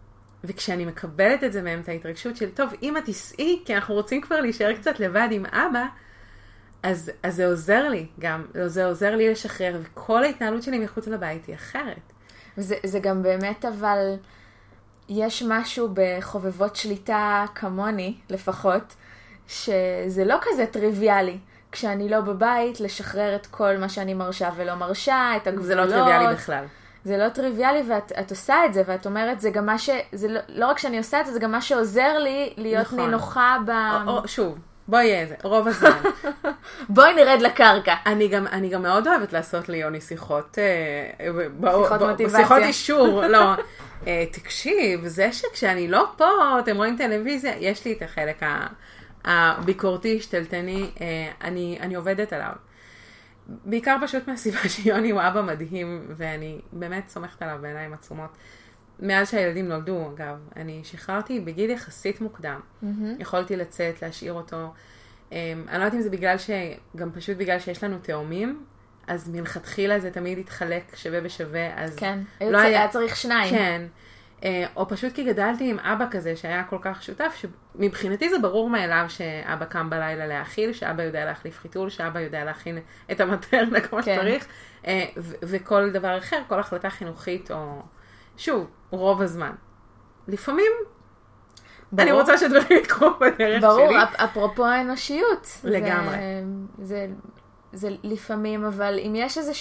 וכשאני מקבלת את זה מהם, את ההתרגשות של, טוב, אמא תסעי, כי אנחנו רוצים כבר להישאר קצת לבד עם אבא, אז זה עוזר לי גם, זה עוזר לי לשחרר, וכל ההתנהלות שלי מחוץ לבית היא אחרת. זה גם באמת, אבל יש משהו בחובבות שליטה כמוני, לפחות, שזה לא כזה טריוויאלי. כשאני לא בבית, לשחרר את כל מה שאני מרשה ולא מרשה, את הגבולות. זה לא טריוויאלי בכלל. זה לא טריוויאלי, ואת עושה את זה, ואת אומרת, זה גם מה לא רק שאני עושה את זה, זה גם מה שעוזר לי להיות נינוחה שוב, בואי יהיה זה, רוב הזמן. בואי נרד לקרקע. אני גם מאוד אוהבת לעשות ליוני שיחות מוטיבציה. שיחות אישור, לא. תקשיב, זה שכשאני לא פה, אתם רואים טלוויזיה, יש לי את החלק הביקורתי, שתלטני, אני עובדת עליו. בעיקר פשוט מהסיבה שיוני הוא אבא מדהים, ואני באמת סומכת עליו בעיניים עצומות. מאז שהילדים נולדו, אגב, אני שחררתי בגיל יחסית מוקדם. יכולתי לצאת, להשאיר אותו. אני לא יודעת אם זה גם פשוט בגלל שיש לנו תאומים, אז מלכתחילה זה תמיד התחלק שווה בשווה, אז כן, לא היה צריך שניים. כן. או פשוט כי גדלתי עם אבא כזה שהיה כל כך שותף, שמבחינתי זה ברור מאליו שאבא קם בלילה להאכיל, שאבא יודע להחליף חיתול, שאבא יודע להכין את המטרנה כמו שצריך, וכל דבר אחר, כל החלטה חינוכית, או שוב, רוב הזמן. לפעמים, אני רוצה שדברים יקרו בדרך שלי. ברור, אפרופו האנושיות. לגמרי. זה לפעמים, אבל אם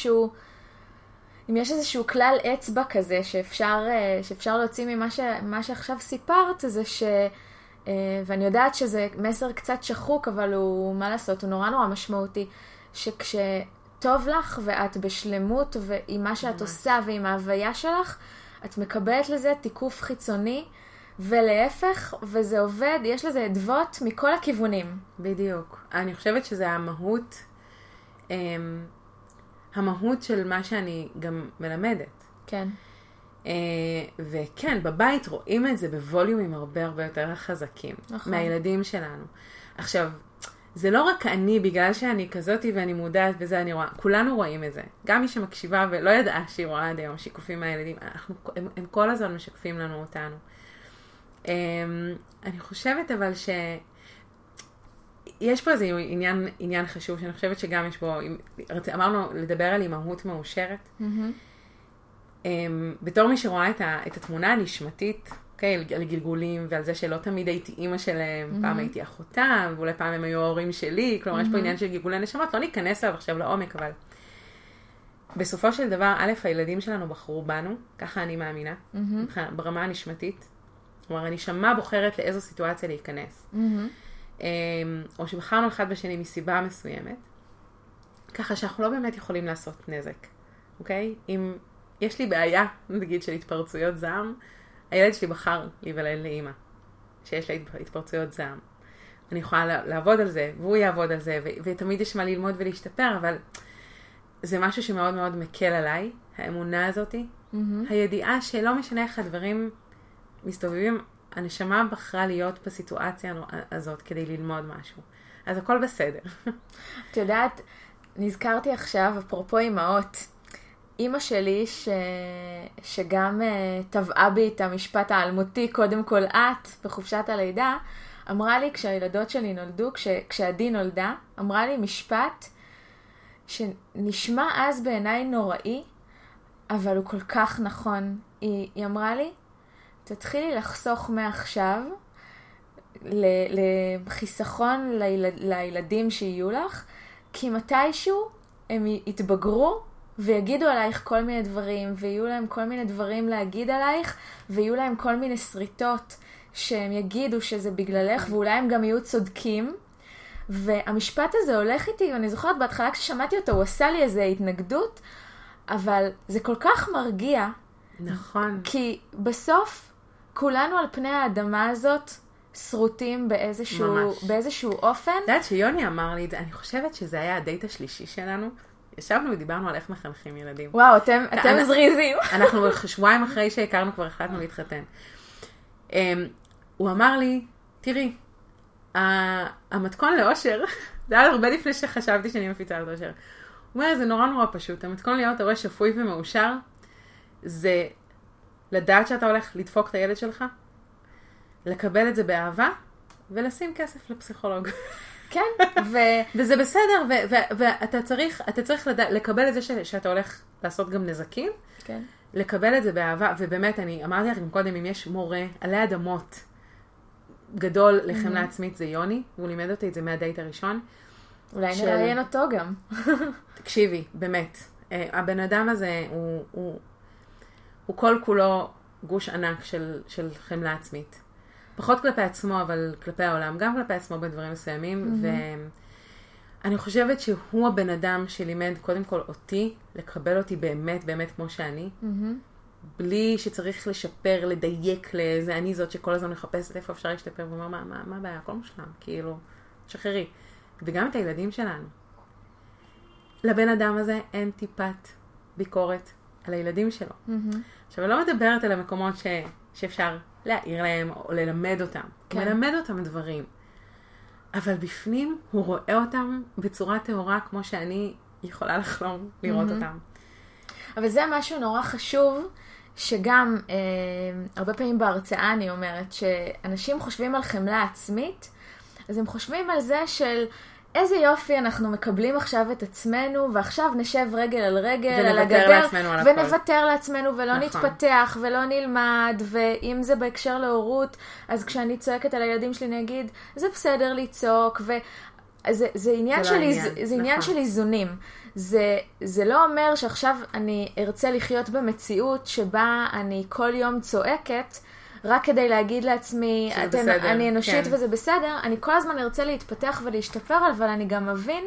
יש איזשהו כלל אצבע כזה שאפשר להוציא ממה שעכשיו סיפרת, זה ואני יודעת שזה מסר קצת שחוק, אבל מה לעשות, הוא נורא נורא משמעותי, שכשטוב לך ואת בשלמות ועם מה שאת עושה ועם ההוויה שלך, את מקבלת לזה תיקוף חיצוני, ולהפך, וזה עובד, יש לזה עדבות מכל הכיוונים. בדיוק. אני חושבת שזה המהות של מה שאני גם מלמדת. כן. וכן, בבית רואים את זה בווליומים הרבה הרבה יותר חזקים. נכון. מהילדים שלנו. עכשיו, זה לא רק אני, בגלל שאני כזאתי ואני מודעת וזה אני רואה, כולנו רואים את זה. גם מי שמקשיבה ולא ידעה שהיא רואה עד היום שיקופים מהילדים, הם כל הזמן משקפים לנו אותנו. אני חושבת אבל יש פה איזה עניין חשוב, שאני חושבת שגם יש בו, אמרנו לדבר על אימהות מאושרת. בתור מי שרואה את התמונה הנשמתית, על גלגולים ועל זה שלא תמיד הייתי אימא שלהם, פעם הייתי אחותה, ואולי פעם הם היו ההורים שלי, כלומר יש פה עניין של גלגולי נשמות, לא ניכנס עליו עכשיו לעומק, אבל בסופו של דבר, א', הילדים שלנו בחרו בנו, ככה אני מאמינה, ברמה הנשמתית, כלומר, הנשמה בוחרת לאיזו סיטואציה להיכנס. או שבחרנו אחד בשני מסיבה מסוימת, ככה שאנחנו לא באמת יכולים לעשות נזק, אוקיי? אם יש לי בעיה, נגיד, של התפרצויות זעם, הילד שלי בחר להיוולד לאמא, שיש לה התפרצויות זעם. אני יכולה לעבוד על זה, והוא יעבוד על זה, ותמיד יש מה ללמוד ולהשתפר, אבל זה משהו שמאוד מאוד מקל עליי, האמונה הזאת, הידיעה שלא משנה איך הדברים מסתובבים, הנשמה בחרה להיות בסיטואציה הזאת כדי ללמוד משהו. אז הכל בסדר. את יודעת, נזכרתי עכשיו, אפרופו אמהות, אמא שלי שגם טבעה בי את המשפט האלמותי, קודם כל את, בחופשת הלידה, אמרה לי כשהילדות שלי נולדו, כשעדי נולדה, אמרה לי משפט שנשמע אז בעיניי נוראי, אבל הוא כל כך נכון. היא אמרה לי, תתחילי לחסוך מעכשיו לחיסכון לילדים שיהיו לך, כי מתישהו הם יתבגרו ויגידו עלייך כל מיני דברים, ויהיו להם כל מיני דברים להגיד עלייך, ויהיו להם כל מיני שריטות שהם יגידו שזה בגללך, ואולי הם גם יהיו צודקים. והמשפט הזה הולך איתי, ואני זוכרת בהתחלה כששמעתי אותו, הוא עשה לי איזו התנגדות, אבל זה כל כך מרגיע. נכון. כי כולנו על פני האדמה הזאת שרוטים באיזשהו אופן. את יודעת שיוני אמר לי את זה, אני חושבת שזה היה הדייט השלישי שלנו. ישבנו ודיברנו על איך מחנכים ילדים. וואו, אתם זריזים. אנחנו שבועיים אחרי שהכרנו כבר החלטנו להתחתן. הוא אמר לי, תראי, המתכון לאושר, זה היה הרבה לפני שחשבתי שאני מפיצה על אושר. הוא אומר, זה נורא נורא פשוט. המתכון להיות הורה שפוי ומאושר, זה לדעת שאתה הולך לדפוק את הילד שלך, לקבל את זה באהבה, ולשים כסף לפסיכולוג. כן, וזה בסדר, ואתה צריך לקבל את זה שאתה הולך לעשות גם נזקים, כן. לקבל את זה באהבה, ובאמת, אני אמרתי לך גם קודם, אם יש מורה עלי אדמות גדול לחמלה עצמית, זה יוני, והוא לימד אותי את זה מהדייט הראשון. אולי נראיין אותו גם. תקשיבי, באמת, הבן אדם הזה הוא כל כולו גוש ענק של חמלה עצמית. פחות כלפי עצמו, אבל כלפי העולם, גם כלפי עצמו בדברים מסוימים, ואני חושבת שהוא הבן אדם שלימד קודם כל אותי, לקבל אותי באמת, באמת כמו שאני, בלי שצריך לשפר, לדייק לזה, אני זאת שכל הזמן מחפשת איפה אפשר להשתפר, ואומר, מה הבעיה? הכל מושלם, כאילו, שחררי. וגם את הילדים שלנו. לבן אדם הזה אין טיפת ביקורת על הילדים שלו. עכשיו, אני לא מדברת על המקומות שאפשר להעיר להם או ללמד אותם. כן. הוא מלמד אותם דברים. אבל בפנים הוא רואה אותם בצורה טהורה כמו שאני יכולה לחלום לראות אותם. אבל זה משהו נורא חשוב, שגם הרבה פעמים בהרצאה אני אומרת, שאנשים חושבים על חמלה עצמית, אז הם חושבים על זה של איזה יופי אנחנו מקבלים עכשיו את עצמנו, ועכשיו נשב רגל על רגל על הגדר, ונוותר לעצמנו ולא נתפתח ולא נלמד, ואם זה בהקשר להורות, אז כשאני צועקת על הילדים שלי נגיד, זה בסדר לצעוק, זה עניין של איזונים. זה לא אומר שעכשיו אני ארצה לחיות במציאות שבה אני כל יום צועקת, רק כדי להגיד לעצמי, אני אנושית וזה בסדר, אני כל הזמן ארצה להתפתח ולהשתפר, אבל אני גם מבין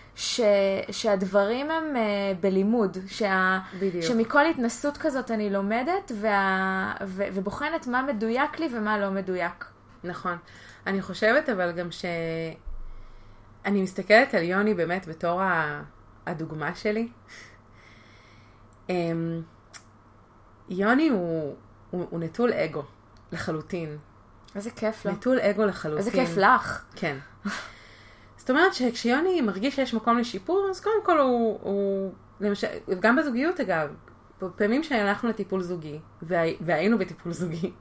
שהדברים הם בלימוד, שמכל התנסות כזאת אני לומדת, ובוחנת מה מדויק לי ומה לא מדויק. נכון. אני חושבת אבל גם אני מסתכלת על יוני באמת בתור הדוגמה שלי. יוני הוא נטול אגו. לחלוטין. איזה כיף לו. נטול אגו לחלוטין. איזה כיף לך. כן. זאת אומרת שכשיוני מרגיש שיש מקום לשיפור, אז קודם כל הוא למשל, גם בזוגיות אגב, פעמים שהלכנו לטיפול זוגי, והיינו בטיפול זוגי,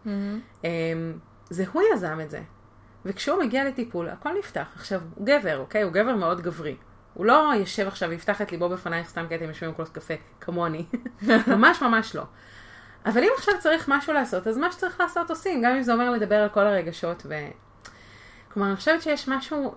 זה הוא יזם את זה. וכשהוא מגיע לטיפול, הכל נפתח. עכשיו, הוא גבר, אוקיי? הוא גבר מאוד גברי. הוא לא יושב עכשיו ויפתח את ליבו בפנייך סתם כי אתם יושבים עם כוס קפה, כמוני. ממש ממש לא. אבל אם עכשיו צריך משהו לעשות, אז מה שצריך לעשות עושים, גם אם זה אומר לדבר על כל הרגשות. כלומר, אני חושבת שיש משהו,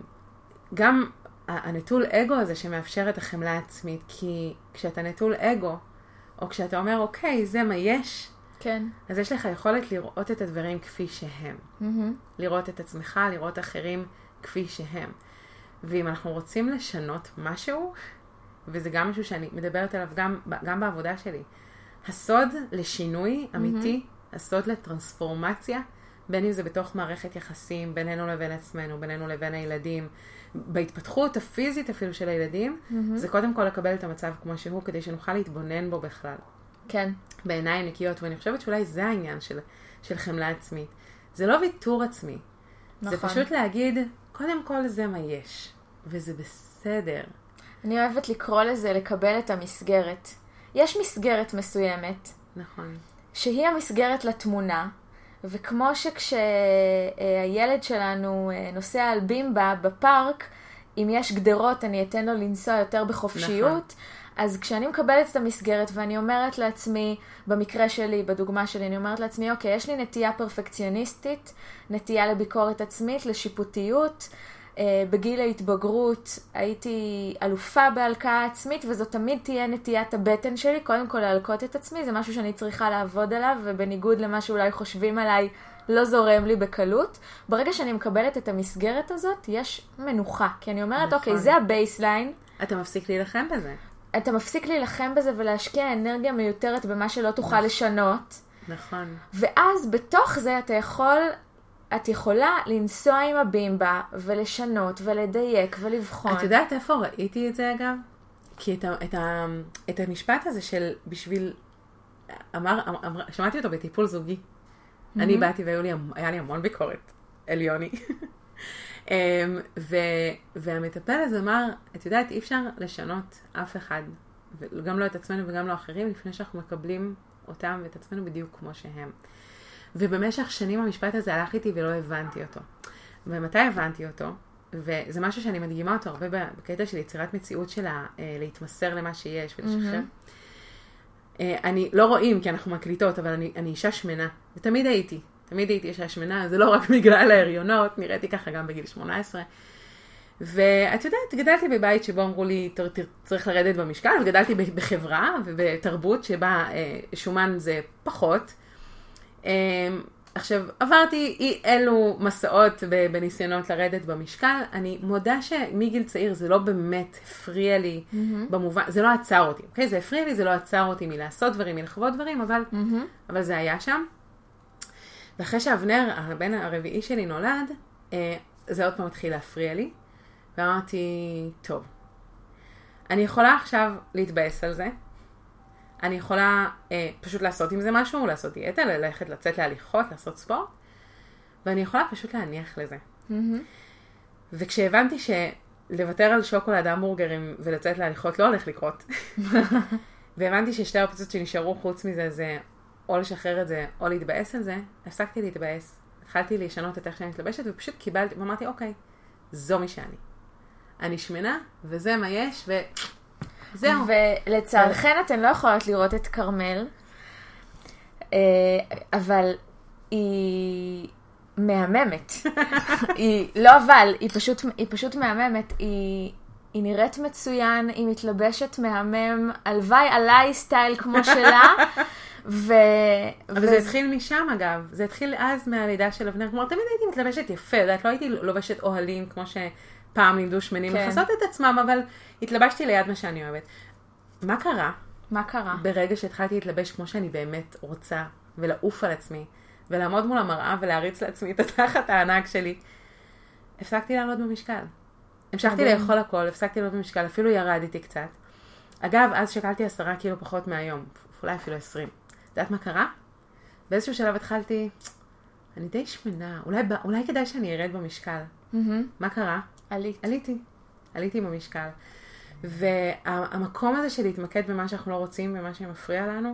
גם הנטול אגו הזה שמאפשר את החמלה העצמית, כי כשאתה נטול אגו, או כשאתה אומר, אוקיי, זה מה יש, כן. אז יש לך יכולת לראות את הדברים כפי שהם. לראות את עצמך, לראות אחרים כפי שהם. ואם אנחנו רוצים לשנות משהו, וזה גם משהו שאני מדברת עליו גם בעבודה שלי, הסוד לשינוי אמיתי, הסוד לטרנספורמציה, בין אם זה בתוך מערכת יחסים, בינינו לבין עצמנו, בינינו לבין הילדים, בהתפתחות הפיזית אפילו של הילדים, זה קודם כל לקבל את המצב כמו שהוא, כדי שנוכל להתבונן בו בכלל. כן. בעיניים נקיות, ואני חושבת שאולי זה העניין של חמלה עצמית. זה לא ויתור עצמי. נכון. זה פשוט להגיד, קודם כל זה מה יש, וזה בסדר. אני אוהבת לקרוא לזה, לקבל את המסגרת. יש מסגרת מסוימת. נכון. שהיא המסגרת לתמונה, וכמו שכשהילד שלנו נוסע על בימבה בפארק, אם יש גדרות אני אתן לו לנסוע יותר בחופשיות, נכון. אז כשאני מקבלת את המסגרת ואני אומרת לעצמי, במקרה שלי, בדוגמה שלי, אני אומרת לעצמי, אוקיי, יש לי נטייה פרפקציוניסטית, נטייה לביקורת עצמית, לשיפוטיות, בגיל ההתבגרות הייתי אלופה בהלקאה עצמית, וזו תמיד תהיה נטיית הבטן שלי, קודם כל להלקות את עצמי, זה משהו שאני צריכה לעבוד עליו, ובניגוד למה שאולי חושבים עליי, לא זורם לי בקלות. ברגע שאני מקבלת את המסגרת הזאת, יש מנוחה, כי אני אומרת, נכון. אוקיי, זה הבייסליין. אתה מפסיק להילחם בזה. אתה מפסיק להילחם בזה ולהשקיע אנרגיה מיותרת במה שלא תוכל לשנות. נכון. ואז בתוך זה את יכולה לנסוע עם הבימבה ולשנות ולדייק ולבחון. את יודעת איפה ראיתי את זה אגב? כי את המשפט הזה של בשביל, שמעתי אותו בטיפול זוגי. אני באתי והיה לי המון ביקורת אל יוני. והמטפל הזה אמר, את יודעת, אי אפשר לשנות אף אחד, וגם לא את עצמנו וגם לא אחרים, לפני שאנחנו מקבלים אותם ואת עצמנו בדיוק כמו שהם. ובמשך שנים המשפט הזה הלך איתי ולא הבנתי אותו. ומתי הבנתי אותו? וזה משהו שאני מדגימה אותו הרבה בקטע של יצירת מציאות שלה, להתמסר למה שיש ולשחרר. אני לא רואים כי אנחנו מקליטות, אבל אני אישה שמנה. ותמיד הייתי אישה שמנה, זה לא רק בגלל ההריונות, נראיתי ככה גם בגיל 18. ואת יודעת, גדלתי בבית שבו אמרו לי, צריך לרדת במשקל, וגדלתי בחברה ובתרבות שבה שומן זה פחות. עכשיו, עברתי אלו מסעות בניסיונות לרדת במשקל. אני מודה שמגיל צעיר זה לא באמת הפריע לי במובן, זה לא עצר אותי, אוקיי? זה הפריע לי, זה לא עצר אותי מלעשות דברים, מלחוות דברים, אבל זה היה שם. ואחרי שאבנר, הבן הרביעי שלי נולד, זה עוד פעם התחיל להפריע לי. ואמרתי, טוב, אני יכולה עכשיו להתבאס על זה. אני יכולה פשוט לעשות עם זה משהו, לעשות דיאטה, לצאת להליכות, לעשות ספורט. ואני יכולה פשוט להניח לזה. וכשהבנתי שלוותר על שוקולד המבורגרים ולצאת להליכות לא הולך לקרות. והבנתי ששתי האופציות שנשארו חוץ מזה זה או לשחרר את זה או להתבאס על זה, הפסקתי להתבאס. התחלתי לשנות את איך שאני מתלבשת ופשוט קיבלתי ואמרתי, אוקיי, זו מי שאני. אני שמנה וזה מה יש וזהו. ולצערכן אתן לא יכולות לראות את קרמל, אבל היא מהממת. היא פשוט מהממת. היא נראית מצוין, היא מתלבשת מהמם, הלוואי עליי סטייל כמו שלה. אבל זה התחיל משם אגב, זה התחיל אז מהלידה של אבנר, כלומר תמיד הייתי מתלבשת יפה, לא הייתי לובשת אוהלים כמו שפעם לימדו שמנים לחסות את עצמם, אבל התלבשתי ליד מה שאני אוהבת. מה קרה? ברגע שהתחלתי להתלבש כמו שאני באמת רוצה, ולעוף על עצמי, ולעמוד מול המראה ולהריץ לעצמי את התחת הענק שלי, הפסקתי לעלות במשקל. המשכתי לאכול הכל, הפסקתי לעלות במשקל, אפילו ירדתי קצת. אגב, אז שקלתי 10 קילו פחות מהיום, אולי אפילו 20. יודעת מה קרה? באיזשהו שלב התחלתי, אני די שמנה, אולי כדאי שאני ארד במשקל. מה קרה? עליתי במשקל. והמקום הזה של להתמקד במה שאנחנו לא רוצים, במה שמפריע לנו,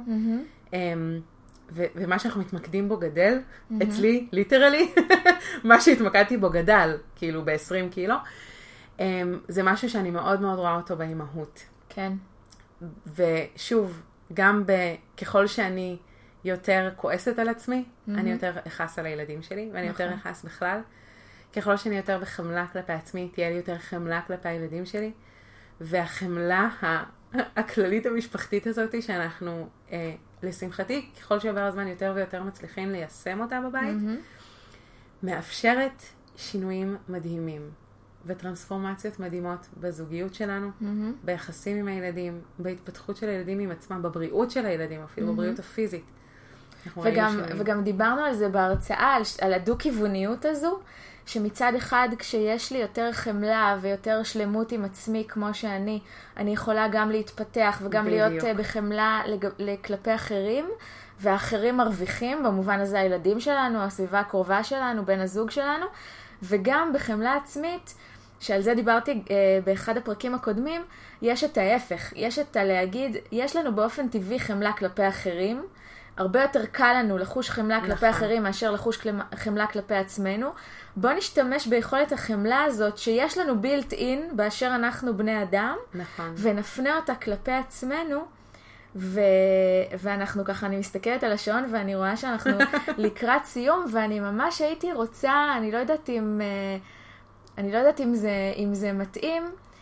ומה שאנחנו מתמקדים בו גדל, אצלי, ליטרלי, מה שהתמקדתי בו גדל, כאילו ב-20 קילו, זה משהו שאני מאוד מאוד רואה אותו באימהות. כן. ושוב, גם ככל שאני יותר כועסת על עצמי, אני יותר אכעס על הילדים שלי, ואני יותר אכעס בכלל. ככל שאני יותר בחמלה כלפי עצמי, תהיה לי יותר חמלה כלפי הילדים שלי. והחמלה הכללית המשפחתית הזאת, שאנחנו, לשמחתי, ככל שעובר הזמן יותר ויותר מצליחים ליישם אותה בבית, מאפשרת שינויים מדהימים. וטרנספורמציות מדהימות בזוגיות שלנו, ביחסים עם הילדים, בהתפתחות של הילדים עם עצמם, בבריאות של הילדים, אפילו בבריאות הפיזית. וגם דיברנו על זה בהרצאה, על הדו-כיווניות הזו, שמצד אחד כשיש לי יותר חמלה ויותר שלמות עם עצמי כמו שאני יכולה גם להתפתח וגם להיות בחמלה כלפי אחרים, והאחרים מרוויחים, במובן הזה הילדים שלנו, הסביבה הקרובה שלנו, בן הזוג שלנו, וגם בחמלה עצמית, שעל זה דיברתי באחד הפרקים הקודמים, יש את ההפך, יש את הלהגיד, יש לנו באופן טבעי חמלה כלפי אחרים, הרבה יותר קל לנו לחוש חמלה כלפי אחרים מאשר לחוש חמלה כלפי עצמנו. בוא נשתמש ביכולת החמלה הזאת שיש לנו built in באשר אנחנו בני אדם, ונפנה אותה כלפי עצמנו, ואנחנו ככה, אני מסתכלת על השעון ואני רואה שאנחנו לקראת סיום, ואני ממש הייתי רוצה, אני לא יודעת אם זה מתאים,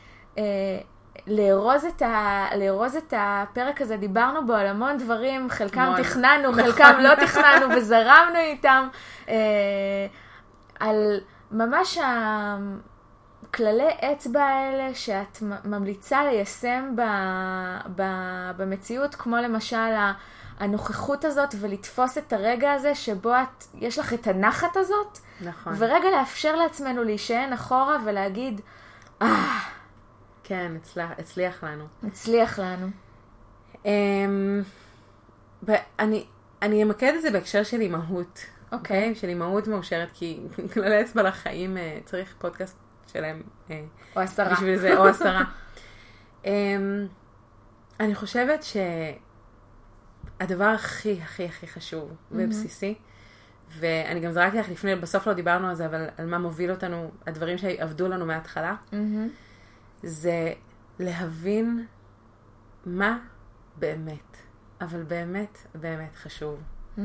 לארוז את הפרק הזה. דיברנו בו על המון דברים, חלקם תכננו, חלקם לא תכננו וזרמנו איתם, על ממש כללי אצבע האלה שאת ממליצה ליישם במציאות, כמו למשל הנוכחות הזאת, ולתפוס את הרגע הזה שבו יש לך את הנחת הזאת, נכון. ורגע לאפשר לעצמנו להישען אחורה ולהגיד, כן, הצליח לנו. הצליח לנו. אני אמקד את זה בהקשר של אימהות. אוקיי. של אימהות מאושרת, כי כללי אצבע לחיים צריך פודקאסט שלהם. או 10. בשביל זה, או 10. אני חושבת שהדבר הכי הכי הכי חשוב ובסיסי, ואני גם זרקתי לך לפני, בסוף לא דיברנו על זה, אבל על מה מוביל אותנו, הדברים שעבדו לנו מההתחלה, זה להבין מה באמת, אבל באמת, באמת חשוב.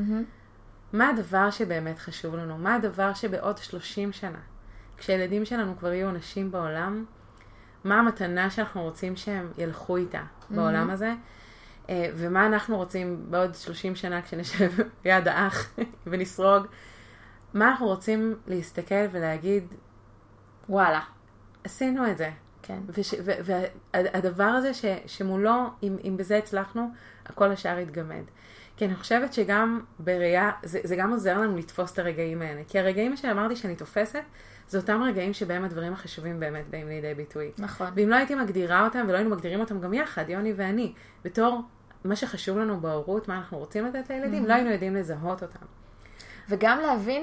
מה הדבר שבאמת חשוב לנו? מה הדבר שבעוד 30 שנה, כשהילדים שלנו כבר יהיו אנשים בעולם, מה המתנה שאנחנו רוצים שהם ילכו איתה בעולם הזה, ומה אנחנו רוצים בעוד 30 שנה כשנשב ביד האח ונסרוג, מה אנחנו רוצים להסתכל ולהגיד, וואלה. עשינו את זה. כן. והדבר הזה שמולו, אם בזה הצלחנו, הכל השאר יתגמד. כי אני חושבת שגם בראייה, זה גם עוזר לנו לתפוס את הרגעים האלה. כי הרגעים שאמרתי שאני תופסת, זה אותם רגעים שבהם הדברים החשובים באמת באים לידי ביטוי. נכון. ואם לא הייתי מגדירה אותם, ולא היינו מגדירים אותם גם יחד, יוני ואני, בתור מה שחשוב לנו בהורות, מה אנחנו רוצים לתת לילדים, לא היינו יודעים לזהות אותם. וגם להבין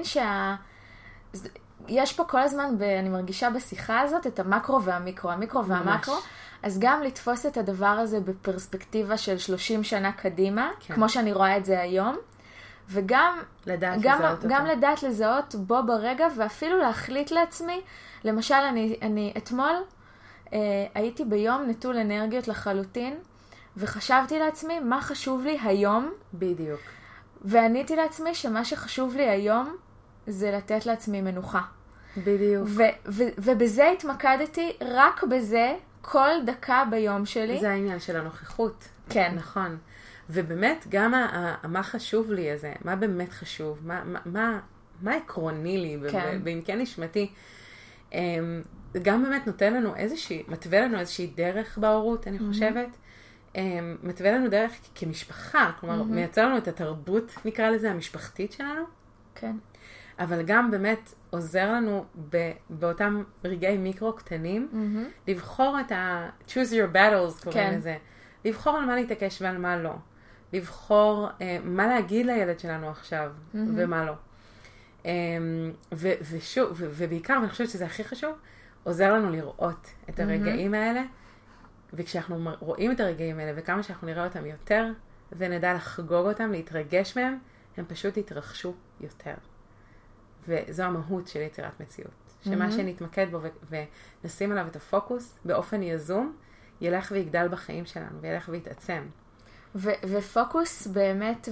יש פה כל הזמן, אני מרגישה בשיחה הזאת, את המקרו והמיקרו, המיקרו והמקרו, אז גם לתפוס את הדבר הזה בפרספקטיבה של 30 שנה קדימה, כן. כמו שאני רואה את זה היום, וגם גם לדעת לזהות בו ברגע, ואפילו להחליט לעצמי, למשל אני אתמול הייתי ביום נטול אנרגיות לחלוטין, וחשבתי לעצמי מה חשוב לי היום. בדיוק. ועניתי לעצמי שמה שחשוב לי היום, זה לתת לעצמי מנוחה. בדיוק. ובזה התמקדתי, רק בזה, כל דקה ביום שלי. זה העניין של הנוכחות. כן. נכון. ובאמת, גם מה חשוב לי הזה, מה באמת חשוב, מה עקרוני לי, כן. ואם כן נשמתי, גם באמת נותן לנו מתווה לנו איזושהי דרך בהורות, אני חושבת. מתווה לנו דרך כמשפחה, כלומר, מייצר לנו את התרבות, נקרא לזה, המשפחתית שלנו. כן. אבל גם באמת עוזר לנו באותם רגעי מיקרו קטנים, לבחור את choose your battles, קוראים לזה. לבחור על מה להתעקש ועל מה לא. לבחור מה להגיד לילד שלנו עכשיו, ומה לא. ובעיקר, ואני חושבת שזה הכי חשוב, עוזר לנו לראות את הרגעים האלה, וכשאנחנו רואים את הרגעים האלה, וכמה שאנחנו נראה אותם יותר, ונדע לחגוג אותם, להתרגש מהם, הם פשוט יתרחשו יותר. וזו המהות של יצירת מציאות. שמה שנתמקד בו ונשים עליו את הפוקוס באופן יזום, ילך ויגדל בחיים שלנו, וילך ויתעצם. ופוקוס באמת,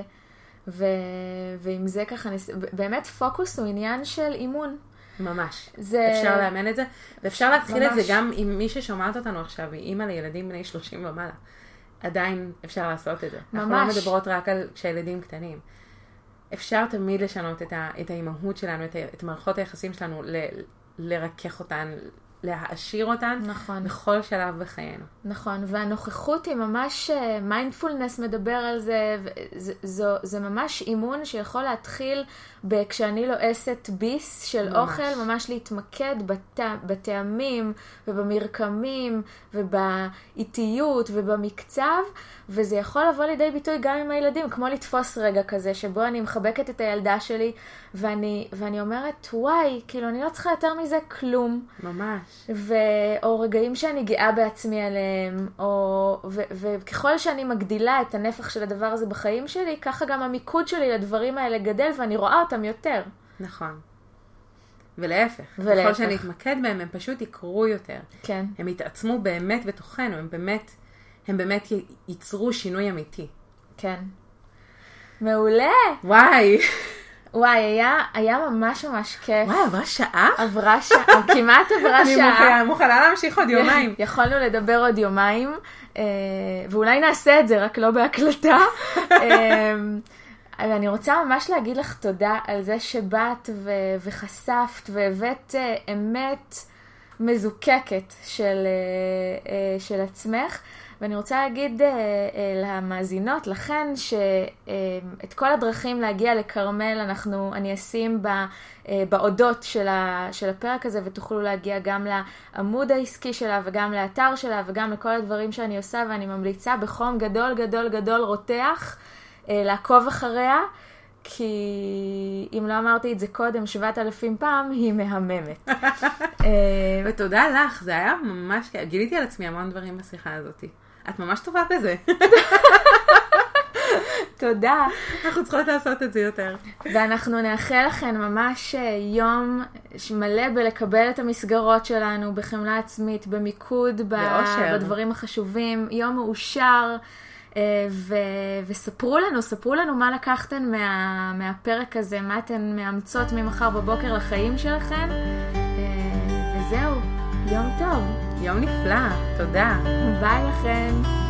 ועם זה ככה, באמת פוקוס הוא עניין של אימון. ממש. אפשר לאמן את זה, ואפשר להתחיל את זה גם עם מי ששומעת אותנו עכשיו, היא אימא לילדים בני 30 ומעלה. עדיין אפשר לעשות את זה. ממש. אנחנו לא מדברות רק על כשהילדים קטנים. אפשר תמיד לשנות את האימהות שלנו, את מערכות היחסים שלנו, לרכך אותן, להעשיר אותן, נכון. בכל שלב בחיינו. נכון, והנוכחות היא ממש, מיינדפולנס מדבר על זה, זה ממש אימון שיכול להתחיל כשאני לועסת ביס של ממש. אוכל, ממש להתמקד בטעמים ובמרקמים ובאיטיות ובמקצב, וזה יכול לבוא לידי ביטוי גם עם הילדים, כמו לתפוס רגע כזה, שבו אני מחבקת את הילדה שלי, ואני אומרת, וואי, כאילו אני לא צריכה יותר מזה כלום. ממש. או רגעים שאני גאה בעצמי עליהם, וככל שאני מגדילה את הנפח של הדבר הזה בחיים שלי, ככה גם המיקוד שלי לדברים האלה גדל, ואני רואה אותם יותר. נכון. ולהפך. ככל שאני אתמקד בהם, הם פשוט יקרו יותר. כן. הם יתעצמו באמת בתוכנו, הם באמת ייצרו שינוי אמיתי. כן. מעולה. וואי. וואי, היה ממש ממש כיף. וואי, עברה שעה? עברה שעה, כמעט עברה שעה. אני מוכנה להמשיך עוד יומיים. יכולנו לדבר עוד יומיים, ואולי נעשה את זה, רק לא בהקלטה. ואני רוצה ממש להגיד לך תודה על זה שבאת וחשפת והבאת אמת מזוקקת של עצמך. ואני רוצה להגיד למאזינות, לכן שאת כל הדרכים להגיע לקרמל אני אשים באודות של הפרק הזה, ותוכלו להגיע גם לעמוד העסקי שלה וגם לאתר שלה וגם לכל הדברים שאני עושה, ואני ממליצה בחום גדול גדול גדול רותח לעקוב אחריה, כי אם לא אמרתי את זה קודם 7,000 פעם, היא מהממת. ותודה לך, זה היה ממש, גיליתי על עצמי המון דברים בשיחה הזאת. את ממש טובה בזה. תודה. אנחנו צריכות לעשות את זה יותר. ואנחנו נאחל לכם ממש יום מלא בלקבל את המסגרות שלנו, בחמלה עצמית, במיקוד, בדברים החשובים, יום מאושר, וספרו לנו מה לקחתן מהפרק הזה, מה אתן מאמצות ממחר בבוקר לחיים שלכם, וזהו, יום טוב. יום נפלא, תודה. ביי לכם.